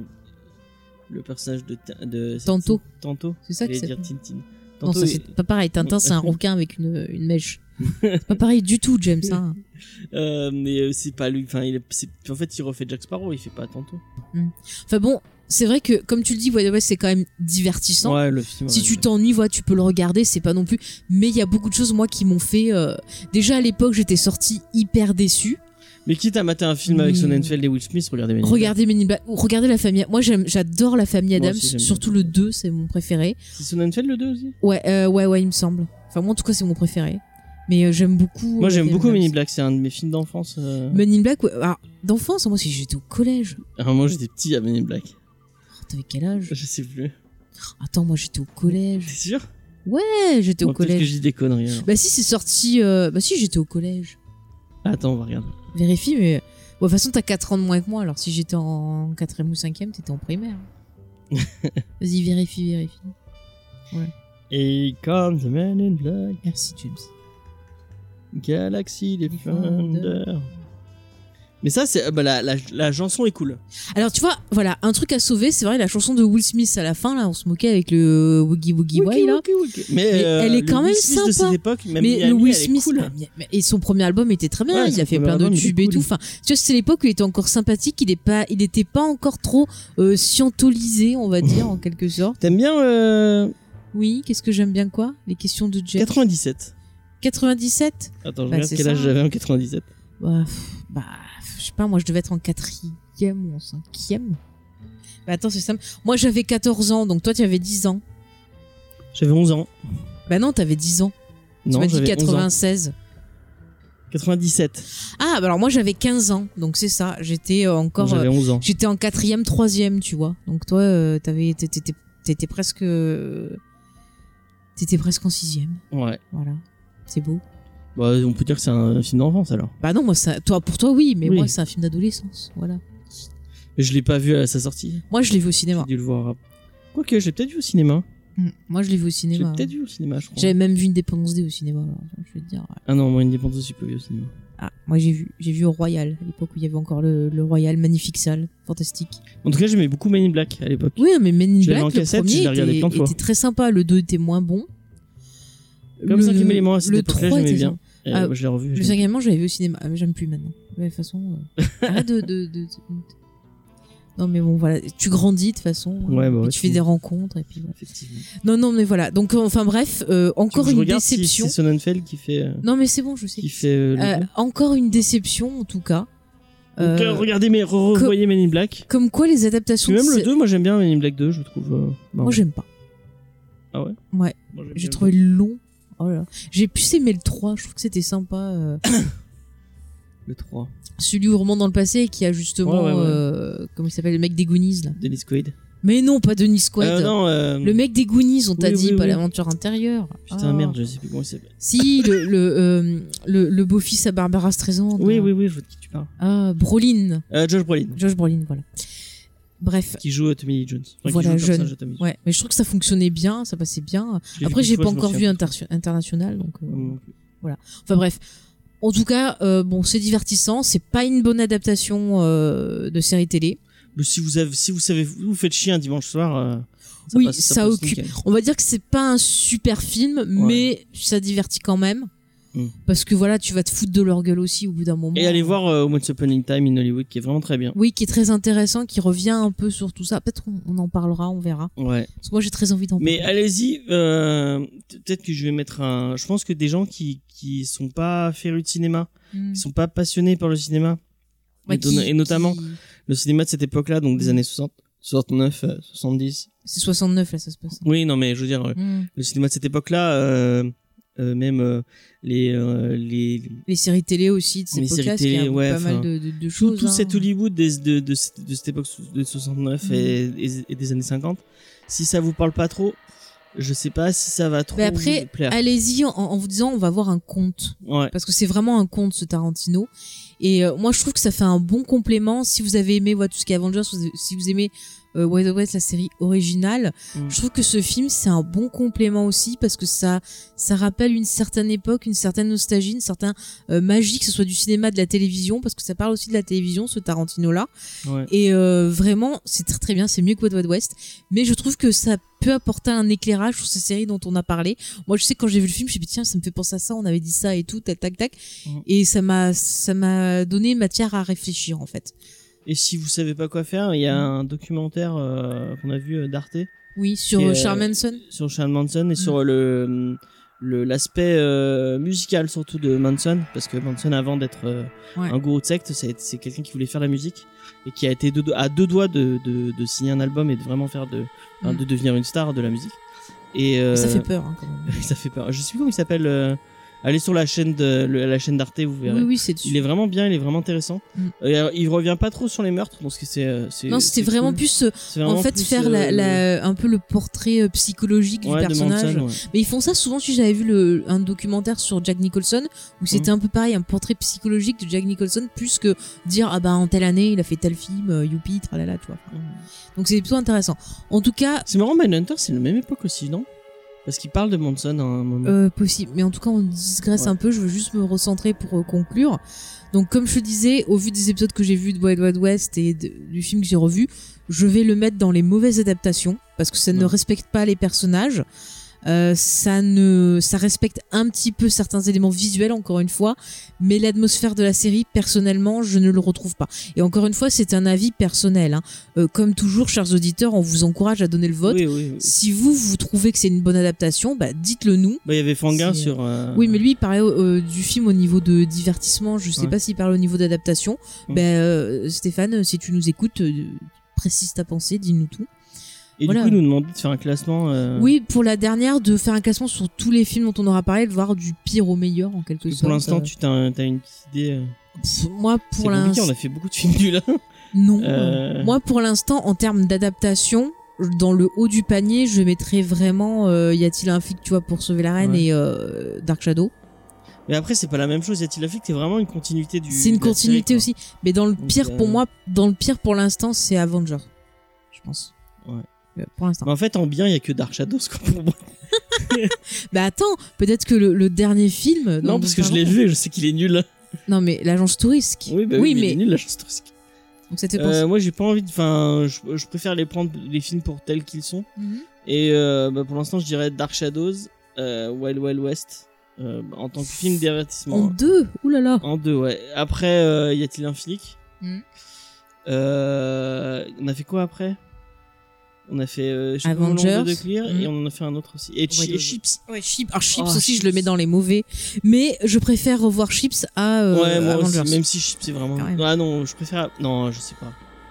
le personnage de, Tin- de Tanto. Tanto. C'est ça que J'allais c'est. dire Tintin. Non, Tanto ça est- c'est pas pareil. Tintin, c'est un requin avec une, une mèche. C'est pas pareil du tout, James. Hein. Euh, mais euh, c'est pas lui. Enfin, il est, c'est- en fait, il refait Jack Sparrow. Il fait pas Tanto. Enfin bon, c'est vrai que comme tu le dis, Wild West c'est quand même divertissant. Ouais, le film. Si ouais, tu ouais. t'ennuies, voilà, tu peux le regarder, c'est pas non plus. Mais il y a beaucoup de choses moi qui m'ont fait. euh, Déjà à l'époque, j'étais sortie hyper déçue. Mais quitte à mater un film avec Mais- Sonnenfeld et Will Smith, regardez. Men in Black. Regardez Men in Black, ou regardez la famille. Moi j'aime, j'adore la famille Moi Adams, aussi, j'aime surtout bien. le deux, c'est mon préféré. C'est Sonnenfeld le deux aussi. Ouais, euh, ouais, ouais, il me semble. Enfin moi en tout cas c'est mon préféré. Mais euh, j'aime beaucoup. Moi, euh, j'aime la beaucoup famille Men in Addams. Black. C'est un de mes films d'enfance. euh. Men in Black, ouais. Alors, d'enfance, moi si j'étais au collège. Ah, moi, j'étais petit à Men in Black. Oh, t'avais quel âge? Je sais plus. Attends, moi j'étais au collège. T'es sûr? Ouais, j'étais Bon, au peut-être que collège. je dis des conneries. alors. Bah si c'est sorti. euh, Bah si j'étais au collège. Attends, on va regarder. Vérifie, mais. Bon, de toute façon, t'as quatre ans de moins que moi, alors si j'étais en quatrième ou cinquième, t'étais en primaire. Vas-y, vérifie, vérifie. Et comme The Men in Black, Merci, James. Galaxy Defender. Defender. Mais ça, c'est, bah, la, la, la chanson est cool. Alors, tu vois, voilà, un truc à sauver, c'est vrai, la chanson de Will Smith à la fin, là, on se moquait avec le Woogie Woogie Way, là. Wookie, wookie. Mais, Mais euh, elle est le quand Will même Smith de sympa. cette époque, même Mais Miami, le Will elle est Smith, cool. mais- mais- et son premier album était très bien, Ouais, il son a fait premier plein de album, il est tubes et cool. tout. Enfin, tu vois, c'est l'époque où il était encore sympathique, il est pas, il était pas encore trop euh, scientolisé, on va dire, en quelque sorte. T'aimes bien euh, Oui, qu'est-ce que j'aime bien quoi? Les questions de Jeff. quatre-vingt-dix-sept? quatre-vingt-dix-sept? Attends, je Bah, regarde c'est quel ça. âge j'avais en quatre-vingt-dix-sept. Bah, pff, bah, je sais pas, moi je devais être en quatrième ou en cinquième. Bah attends, c'est simple. Moi j'avais quatorze ans, donc toi tu avais dix ans. J'avais onze ans. Bah non, t'avais dix ans. Tu Non, m'as dit j'avais onze ans. quatre-vingt-seize. quatre-vingt-dix-sept. Ah, bah alors moi j'avais quinze ans, donc c'est ça. J'étais euh, encore. J'avais euh, onze ans. J'étais en quatrième, troisième, tu vois. Donc toi, euh, t'avais, t'étais, t'étais presque. euh, T'étais presque en sixième. Ouais. Voilà. C'est beau. Bah, on peut dire que c'est un film d'enfance alors. Bah non, moi, ça, toi, pour toi, oui, mais Oui. moi, c'est un film d'adolescence. Voilà. Mais je l'ai pas vu à sa sortie. Moi, je l'ai vu au cinéma. J'ai dû le voir. Quoique, je l'ai peut-être vu au cinéma. Mm. Moi, je l'ai vu au J'ai cinéma. peut-être vu au cinéma, je crois. J'avais même vu Independence Day au cinéma. Alors, je vais te dire. ouais. Ah non, moi, Independence, j'ai pas vu au cinéma. Ah, moi, j'ai vu. J'ai vu au Royal, à l'époque où il y avait encore le, le Royal, magnifique salle, fantastique. En tout cas, j'aimais beaucoup Men in Black à l'époque. Oui, mais Men in Je l'avais Black, en cassette, le je l'ai premier regardé était, plein de fois. était très sympa. Le deux était moins bon. Comme Le- cinquième élément à cette le époque-là, trois j'aimais était bien. sympa. Et, Ah, moi, je l'ai revu. Le j'aime- cinquième élément, je l'avais vu au cinéma. Ah, mais j'aime plus maintenant. De toute façon, euh, arrête de, de, de, de- Non, mais bon, voilà. Tu grandis de toute façon. Ouais, bah et ouais, tu fais tu- des rencontres. Et puis, voilà. Effectivement. Non, non, mais voilà. Donc, euh, enfin, bref, euh, encore Je une regarde si déception. c'est Sonnenfeld qui fait, euh, Non, mais c'est bon, je sais. qui fait euh, le Euh, deux. encore une déception, en tout cas. Donc, Euh, euh, regardez, mais re- revoyez Men in Black. Comme quoi, les adaptations. Puis même de le sé- deux, moi j'aime bien Men in Black deux, je trouve. euh, marrant. Moi, j'aime pas. Ah ouais. Ouais. Moi, j'ai trouvé le long. Oh là là. J'ai plus aimé le trois. Je trouve que c'était sympa. Euh... le trois. Celui où on remonte dans le passé et qui a justement, ouais, ouais, ouais. Euh, comment il s'appelle, le mec des Goonies là. Dennis Quaid. Mais non, pas Denis Quaid. Euh, non, euh... Le mec des Goonies, on t'a oui, dit, oui, pas oui. L'aventure intérieure. Putain, ah. merde, je sais plus comment il s'appelle. Si, le, le, euh, le, le beau-fils à Barbara Streisand. Oui, oui, oui, je vois de qui tu parles. Ah, Brolin. Euh, Josh Brolin. Josh Brolin, voilà. Bref. Qui joue à Tommy Lee Jones. Enfin, voilà, joue jeune. Ça, Tommy. Ouais, mais je trouve que ça fonctionnait bien, ça passait bien. J'ai Après, j'ai pas encore vu inter- international, donc euh, mmh. voilà. Enfin bref. En tout cas, euh, bon, c'est divertissant. C'est pas une bonne adaptation euh, de série télé. Mais si vous avez, si vous savez, vous faites chier un dimanche soir. Euh, ça oui, passe, ça, ça passe occupe. nickel. On va dire que c'est pas un super film, ouais. mais ça divertit quand même. Mm. Parce que voilà, tu vas te foutre de leur gueule aussi au bout d'un moment. Et allez voir euh, Once Upon a Time in Hollywood, qui est vraiment très bien. Oui, qui est très intéressant, qui revient un peu sur tout ça. Peut-être qu'on on en parlera, on verra. Ouais. Parce que moi, j'ai très envie d'en parler. Mais allez-y. Euh, peut-être que je vais mettre un. Je pense que des gens qui qui sont pas férus de cinéma, mm. qui sont pas passionnés par le cinéma, ouais, et, qui, et notamment. Qui... le cinéma de cette époque-là, donc des mmh. années soixante, soixante-neuf, euh, soixante-dix. C'est soixante-neuf, là, ça se passe. Oui, non, mais je veux dire, mmh. le cinéma de cette époque-là, euh, euh, même euh, les, euh, les... Les séries télé aussi de cette époque-là, il y a ouais, pas mal de, de, de choses. Tout, tout hein. cet Hollywood des, de, de, de, de cette époque de soixante-neuf mmh. et, et, et des années cinquante, si ça vous parle pas trop, je sais pas si ça va trop mais après, vous plaire. Allez-y en, en vous disant on va voir un conte. Ouais. Parce que c'est vraiment un conte, ce Tarantino. Et euh, moi, je trouve que ça fait un bon complément. Si vous avez aimé ouais, tout ce qui est Avengers, si vous aimez euh, Wild West, la série originale, mm. je trouve que ce film, c'est un bon complément aussi parce que ça ça rappelle une certaine époque, une certaine nostalgie, une certaine euh, magie, que ce soit du cinéma, de la télévision, parce que ça parle aussi de la télévision, ce Tarantino-là. Ouais. Et euh, vraiment, c'est très très bien, c'est mieux que Wild West. Mais je trouve que ça peut apporter un éclairage sur ces séries dont on a parlé. Moi, je sais que quand j'ai vu le film, je me suis dit tiens, ça me fait penser à ça, on avait dit ça et tout, tac tac tac. Mm. Et ça m'a ça m'a donné matière à réfléchir en fait. Et si vous savez pas quoi faire, il y a mm. un documentaire euh, qu'on a vu euh, d'Arte. Oui, sur et, Charles Manson. Sur Charles Manson et mm. sur le le l'aspect euh, musical surtout de Manson, parce que Manson avant d'être euh, ouais. un gourou de secte, c'est c'est quelqu'un qui voulait faire la musique et qui a été de, à deux doigts de, de de signer un album et de vraiment faire de enfin, mm. de devenir une star de la musique. Et euh, ça fait peur hein, quand même. Ça fait peur. Je sais plus comment il s'appelle. Euh, allez sur la chaîne de le, la chaîne d'Arte, vous verrez. Oui, oui, c'est dessus. Il est vraiment bien, il est vraiment intéressant. Mm. Euh, il revient pas trop sur les meurtres, donc c'est c'est non, c'était vraiment cool. plus vraiment en fait plus, faire euh, la, la un peu le portrait psychologique ouais, du personnage. Manson, ouais. Mais ils font ça souvent. Si j'avais vu le un documentaire sur Jack Nicholson où c'était mm. un peu pareil, un portrait psychologique de Jack Nicholson, plus que dire ah bah en telle année il a fait tel film, euh, youpi, tralala, tu vois. Mm. Donc c'est plutôt intéressant. En tout cas, c'est marrant, Mindhunter, c'est la même époque aussi, non? Parce qu'il parle de Manson à un moment. Euh, possible. Mais en tout cas, on digresse ouais. un peu. Je veux juste me recentrer pour euh, conclure. Donc, comme je te disais, au vu des épisodes que j'ai vus de Wild Wild West et de, du film que j'ai revu, je vais le mettre dans les mauvaises adaptations parce que ça ouais. ne respecte pas les personnages. Euh, ça ne, ça respecte un petit peu certains éléments visuels encore une fois, mais l'atmosphère de la série, personnellement, je ne le retrouve pas. Et encore une fois, c'est un avis personnel. Hein. Euh, comme toujours, chers auditeurs, on vous encourage à donner le vote. Oui, oui, oui. Si vous, vous trouvez que c'est une bonne adaptation, bah, dites-le nous. Bah, il y avait Fanguin c'est... sur. Euh... Oui, mais lui, il parlait euh, du film au niveau de divertissement. Je sais ouais. pas s'il parlait au niveau d'adaptation. Mmh. Bah, euh, Stéphane, si tu nous écoutes, euh, précise ta pensée, dis-nous tout. Et voilà. Du coup, il nous demandait de faire un classement. Euh... Oui, pour la dernière, de faire un classement sur tous les films dont on aura parlé, de voir du pire au meilleur en quelque sorte. Pour l'instant, tu t'as, t'as une petite idée. Euh... Pff, moi, pour l'instant, on a fait beaucoup de films nuls là. Non. Euh... Moi, pour l'instant, en termes d'adaptation, dans le haut du panier, je mettrais vraiment. Euh, y a-t-il un flic, tu vois, pour sauver la reine ouais. et euh, Dark Shadow. Mais après, c'est pas la même chose. Y a-t-il un flic, c'est vraiment une continuité du. C'est une continuité série, aussi. Mais dans le Donc, pire, euh... pour moi, dans le pire pour l'instant, c'est Avengers. Je pense. Ouais. Pour l'instant. Mais en fait, en bien, il y a que Dark Shadows quoi, pour moi. Bah attends, peut-être que le, le dernier film. Non, parce que je l'ai vu et je sais qu'il est nul. Non, mais l'agence Tourisque. Oui, bah oui, oui mais, mais il est nul l'agence Tourisque. Donc ça te pense. Euh, moi, j'ai pas envie de. Enfin, je, je préfère les prendre les films pour tels qu'ils sont. Mm-hmm. Et euh, bah, pour l'instant, je dirais Dark Shadows, euh, Wild Wild West, euh, en tant que film divertissement. En deux, oulala. En deux, ouais. Après, euh, y a-t-il un flic? mm. euh, On a fait quoi après? On a fait euh, Avengers de Clear mmh. et on en a fait un autre aussi. Et, ouais, et Chips. Ouais, Chips. Alors Chips oh, aussi, Chips. je le mets dans les mauvais. Mais je préfère revoir Chips à euh, ouais, moi Avengers. aussi, même si Chips c'est vraiment. Ah non, je préfère. Non, je sais pas.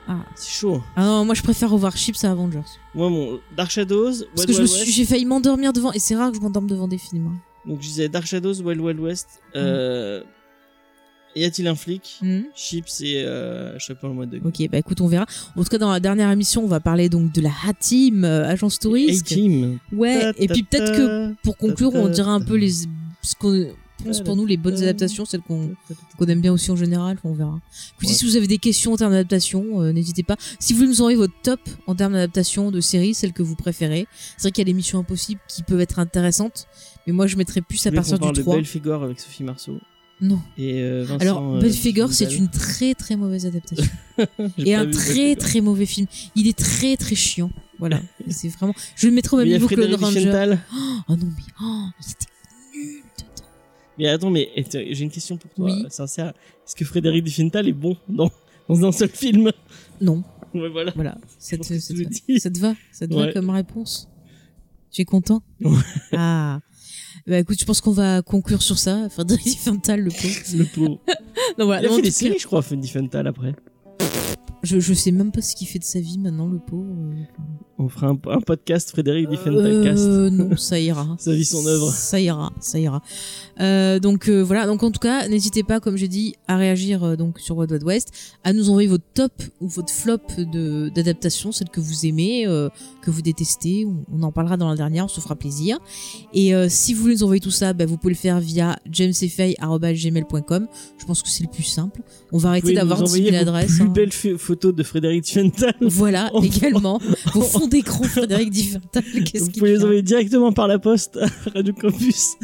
Ah. C'est chaud. Ah non, moi je préfère revoir Chips à Avengers. Moi, mon Dark Shadows, Parce Wild que je me Wild suis, West. j'ai failli m'endormir devant, et c'est rare que je m'endorme devant des films. Hein. Donc je disais Dark Shadows, Wild Wild West. Euh... Y a-t-il un flic? Mm. Chips et euh, je sais pas le mois de. Ok, bah écoute, on verra. En tout cas, dans la dernière émission, on va parler donc de la A-Team, euh, agence touriste. A-Team. Ouais, Ta, et ta, puis peut-être ta, que pour conclure, ta, ta, on dira un ta. peu les ce qu'on pense pour nous les bonnes adaptations, celles qu'on qu'on aime bien aussi en général. On verra. Écoutez, Ouais. si vous avez des questions en termes d'adaptation, euh, n'hésitez pas. Si vous voulez nous envoyer votre top en termes d'adaptation de séries, celles que vous préférez. C'est vrai qu'il y a des missions impossibles qui peuvent être intéressantes, mais moi je mettrais plus à Vous voulez partir qu'on parle du de trois. Belphégor avec Sophie Marceau Non. et euh, Vincent. Alors, euh, Belphégor, c'est Vidal. une très très mauvaise adaptation. J'ai Et pas un vu très Belphégor. très mauvais film. Il est très très chiant. Voilà. C'est vraiment. Je le mettrai au même Mais il y a niveau que le Frédéric Ranger. Diefenthal. Oh non, mais oh, il était nul dedans. Mais attends, mais attends, j'ai une question pour toi, Oui. euh, sincère. Est-ce que Frédéric Diefenthal est bon dans, dans un seul film? Non, Ouais, voilà. voilà. Ça pense te, que ça, tu te, le dis. ça te va Ça te Ouais. va comme réponse? Tu es content? Ouais. Ah. Bah écoute, je pense qu'on va conclure sur ça. Frédéric Diefenthal, le pauvre. Le pauvre. Non, voilà. Il a Non, en fait des tout cas, séries, je crois, Diefenthal après. je, je sais même pas ce qu'il fait de sa vie maintenant, le pauvre. Enfin, On fera un, un podcast Frédéric Diefenthal cast. Euh, non, ça ira. Sa vie, son œuvre. Ça ira, ça ira. Euh, donc euh, voilà, donc en tout cas, n'hésitez pas, comme j'ai dit, à réagir euh, donc sur Wild Wild West, à nous envoyer votre top ou votre flop de d'adaptation, celle que vous aimez, euh, que vous détestez. On, on en parlera dans la dernière, on se fera plaisir. Et euh, si vous voulez nous envoyer tout ça, bah, vous pouvez le faire via jamesfay arobase gmail point com. Je pense que c'est le plus simple. On va arrêter d'avoir dix mille adresses. Plus hein. belle f- photo de Frédéric Diefenthal. Voilà, En- également. Vos fonds d'écran, Frédéric Diefenthal. Qu'est-ce Vous qu'il pouvez les fait envoyer directement par la poste à Radio Campus.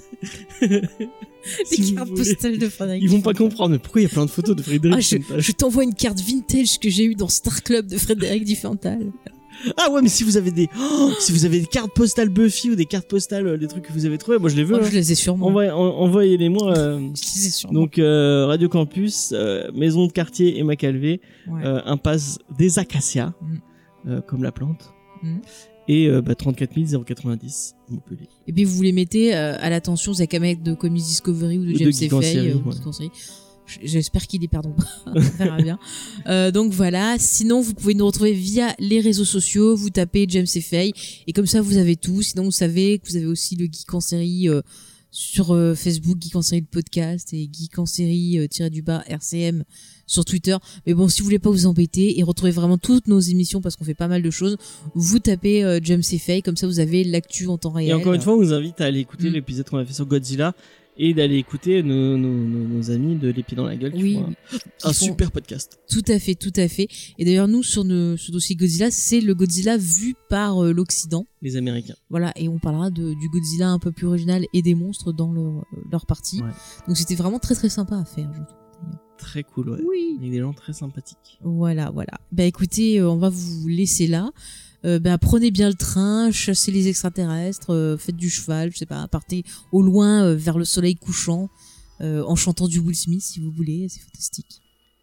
Si Des vous cartes voulez. postales de Frédéric Ils vont pas Diefenthal. comprendre, mais pourquoi il y a plein de photos de Frédéric Ah, je, Diefenthal? je t'envoie une carte vintage que j'ai eue dans Star Club de Frédéric Diefenthal. Ah ouais, mais si vous avez des, oh, si vous avez des cartes postales Buffy ou des cartes postales, euh, des trucs que vous avez trouvés, moi je les veux. Oh, hein. je les ai sûrement. Envoyez- en- Envoyez-les-moi. euh, Je les ai sûrement. donc euh, Radio Campus, euh, Maison de Quartier Emma Calvé, Ouais. euh, impasse des Acacias, Mm. euh, comme la plante, Mm. et euh, bah, trente-quatre mille quatre-vingt-dix Montpellier. Et puis vous vous les mettez euh, à l'attention Zakamek de Comics Discovery ou de Ou de James Geek en Fay. série, euh, ou ouais. Geek en série. J- J'espère qu'il est pardon. On verra bien. Euh, donc voilà. Sinon, vous pouvez nous retrouver via les réseaux sociaux. Vous tapez James Fay et comme ça vous avez tout. Sinon, vous savez que vous avez aussi le Geek en série euh, sur euh, Facebook, Geek en série le podcast et Geek en série euh, tiré du bas R C M sur Twitter. Mais bon, si vous voulez pas vous embêter et retrouver vraiment toutes nos émissions parce qu'on fait pas mal de choses, vous tapez euh, James Fay. Comme ça, vous avez l'actu en temps réel. Et encore une fois, on vous invite à aller écouter Mm. l'épisode qu'on a fait sur Godzilla et d'aller écouter nos, nos, nos, nos amis de Les Pieds dans la Gueule qui Oui, font un, oui. un Qui font- super podcast. Tout à fait, tout à fait. Et d'ailleurs, nous, sur nos- ce dossier Godzilla, c'est le Godzilla vu par euh, l'Occident. Les Américains. Voilà, et on parlera de, du Godzilla un peu plus original et des monstres dans leur, leur partie. Ouais. Donc c'était vraiment très très sympa à faire, je trouve. d'ailleurs. Très cool, ouais. Oui. Avec des gens très sympathiques. Voilà, voilà. Bah écoutez, euh, on va vous laisser là. Euh, bah, prenez bien le train, chassez les extraterrestres, euh, faites du cheval, je sais pas, partez au loin euh, vers le soleil couchant, euh, en chantant du Will Smith si vous voulez, c'est fantastique.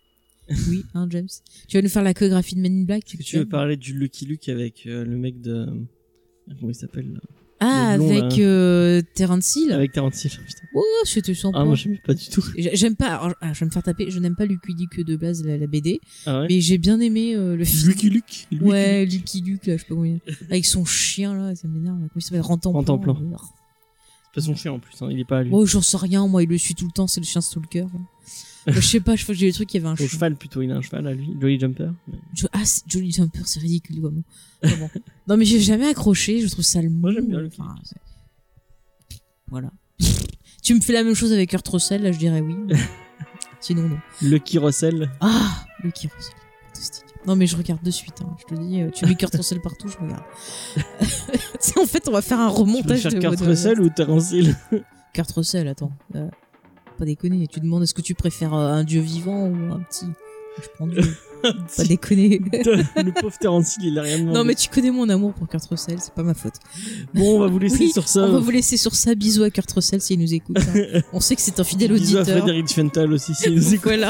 Oui, hein, James. Tu vas nous faire la chorégraphie de Men in Black? Est-ce que tu veux parler du Lucky Luke avec euh, le mec de... Comment il s'appelle là Ah, le blond, avec là. euh, Terence Hill. Avec Terence Hill, putain. Oh, c'était sympa. Ah, moi j'aime pas du tout. J'ai- J'aime pas, alors, ah, je vais me faire taper, je n'aime pas Lucky Luke de base, la, la B D, Ah ouais mais j'ai bien aimé euh, le film. Lucky Luke Lucky Ouais, Luke. Lucky Luke, là, je sais pas comment il Avec son chien, là, ça m'énerve. Comment il s'appelle? Rantanplan. Rantanplan. euh, C'est pas son chien en plus, hein. Il est pas à lui. Oh, j'en sais rien, moi, il le suit tout le temps, c'est le chien Stalker. Moi, je sais pas, je crois que j'ai des trucs, il y avait un Son chien. cheval plutôt, il a un cheval à lui, Jolly Jumper. Mais- Jo- Ah, c'est- Jolly Jumper, c'est ridicule, vraiment. Enfin, bon. Non, mais j'ai jamais accroché, je trouve ça le Moi, mou. j'aime bien Lucky Enfin, c'est- Voilà. Tu me fais la même chose avec Kurt Russell, là, je dirais oui. mais Sinon, non. Lucky Russell. Ah, Lucky Russell. Fantastique. Non, mais je regarde de suite, hein. Je te dis, euh, tu mets Kurt Russell partout, je regarde. C'est en fait, on va faire un Tu veux remontage faire de Kurt Wild Russell ou Terence Hill? Kurt Russell, attends. Euh, pas déconner. Tu demandes est-ce que tu préfères euh, un dieu vivant ou un petit. Je prends Dieu. Pas déconner. Le pauvre Terence Hill, il a rien demandé. Non, mais tu connais mon amour pour Kurt Russell, c'est pas ma faute. Bon, on va vous laisser Oui, sur ça. On va vous laisser sur ça. Bisous à Kurt Russell s'il nous écoute. hein. On sait que c'est un fidèle Bisous à auditeur. Frédéric Diefenthal aussi, s'il nous écoute. Voilà.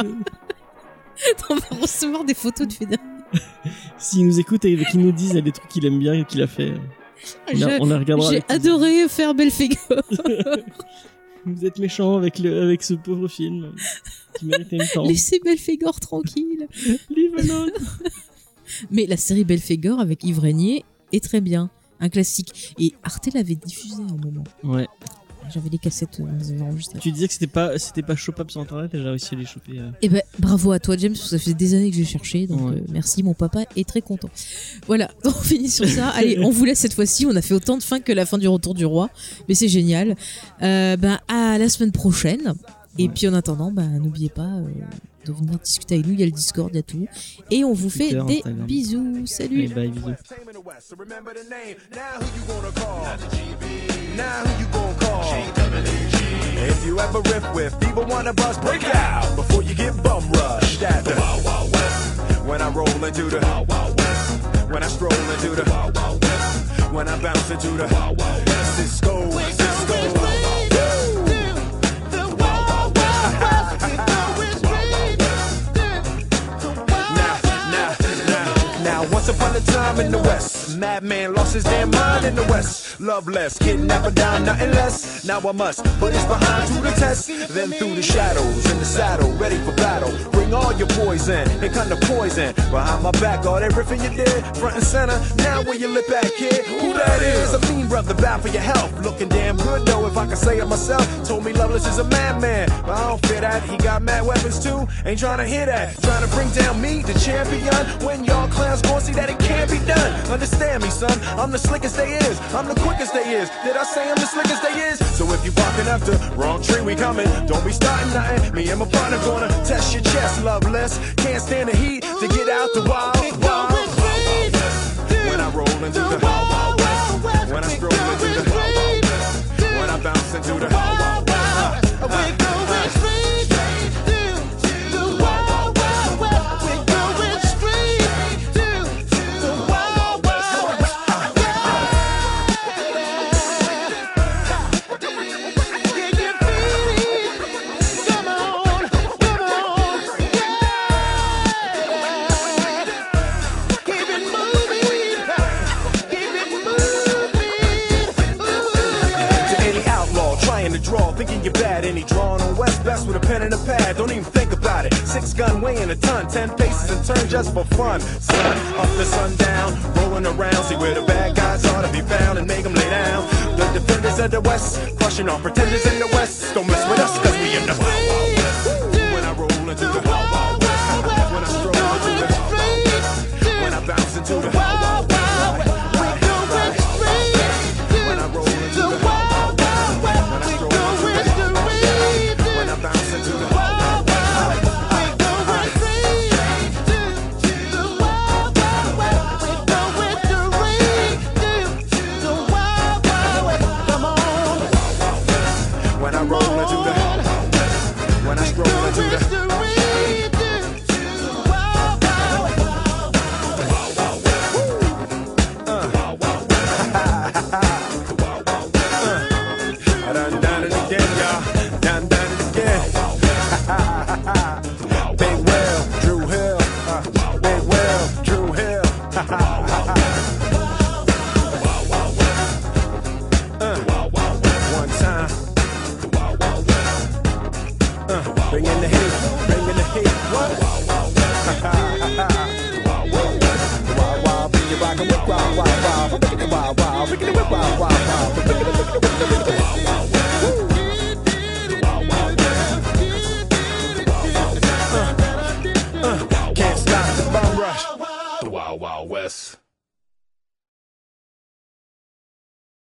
On va recevoir des photos de Frédéric. S'il nous écoute et qu'il nous dise il y a des trucs qu'il aime bien et qu'il a fait. On, a- J'ai- on les regardera. J'ai avec plaisir. adoré faire Belphégor. Vous êtes méchant avec, le, avec ce pauvre film qui méritait une temps. Laissez Belphégor tranquille. Leave alone. Mais la série Belphégor avec Yves Régnier est très bien, un classique. Et Arte l'avait diffusé à un moment. Ouais. J'avais les cassettes, on les avait enregistrées. Tu disais que c'était pas, c'était pas chopable sur internet et j'ai réussi à les choper. Euh... Eh ben, bravo à toi, James, parce que ça fait des années que j'ai cherché, donc ouais. euh, merci, mon papa est très content. Voilà, on finit sur ça. Allez, on vous laisse cette fois-ci, on a fait autant de fins que la fin du Retour du Roi, mais c'est génial. Euh, ben, à la semaine prochaine. Et ouais. puis en attendant, ben, n'oubliez pas euh, de venir discuter avec nous, il y a le Discord, il y a tout. Et on vous Twitter, fait des Instagram. Bisous, salut. Et bye, bisous. If you ever riff with people wanna bust, break out before you get bum rushed at the Wild Wild West. When I roll into the Wild Wild West. When I stroll into the Wild Wild West. When I bounce into the Wild Wild West. Cisco, Cisco. Once upon a time in the West, madman lost his damn mind in the West. Love less, kidnapper down, nothing less. Now I must put his behind to the test. Then through the shadows, in the saddle, ready for battle. Bring all your poison, and kind of poison. Behind my back, all that riffing you did, front and center. Now where you lip at, kid? Who that is? A mean brother, bad for your health. Looking damn good though, if I can say it myself. Told me Loveless is a madman, but I don't fear that. He got mad weapons too, ain't trying to hear that. Trying to bring down me, the champion. When y'all clowns gon' see that it can't be done. Understand me, son, I'm the slickest they is. I'm the quickest they is. Did I say I'm the slickest they is? So if you barking up the wrong tree, we coming. Don't be starting nothing. Me and my partner gonna test your chest, Loveless. Can't stand the heat to get out the wild, wild. When I roll into the wild, wild west. When I stroll into the wild, wild west. When I bounce into the wild, wild west. We're going straight to the wild, wild west. We're going straight to the wild, wild west. Get your feet, come on, come on, yeah. Keep it moving, keep it moving. Ooh. To any outlaw trying to draw, thinking you're bad, any drawing on West Best with a pen and a pad, don't even think about it. Six gun weighing a ton, ten paces and turn just for fun. Sun up to sundown, rolling around, see where the bad guys are to be found and make them lay down. The defenders of the West, crushing all pretenders in the West. Don't mess with us, cause we in the Wild Wild West. When I roll into the Wild Wild West. When I stroll into the Wild Wild West. When I bounce into the Wild Wild West. When I roll into the Wild Wild West. When I stroll into the Wild Wild West. When I bounce into the Wild Wild West. When I roll into the, when I stroll into the, I done done it again, y'all. Done done it again. Big Will, Drew Hill. Uh, Big Will, Drew Hill. uh, one time. Uh, bring in the heat, bring in the heat. What? Wow, wow, bring it rock and whip, wow, wow, wow. Bring it wow, wow, bring it whip, wow, wow, wow. Uh, uh, can't stop the bum rush. The Wild Wild West.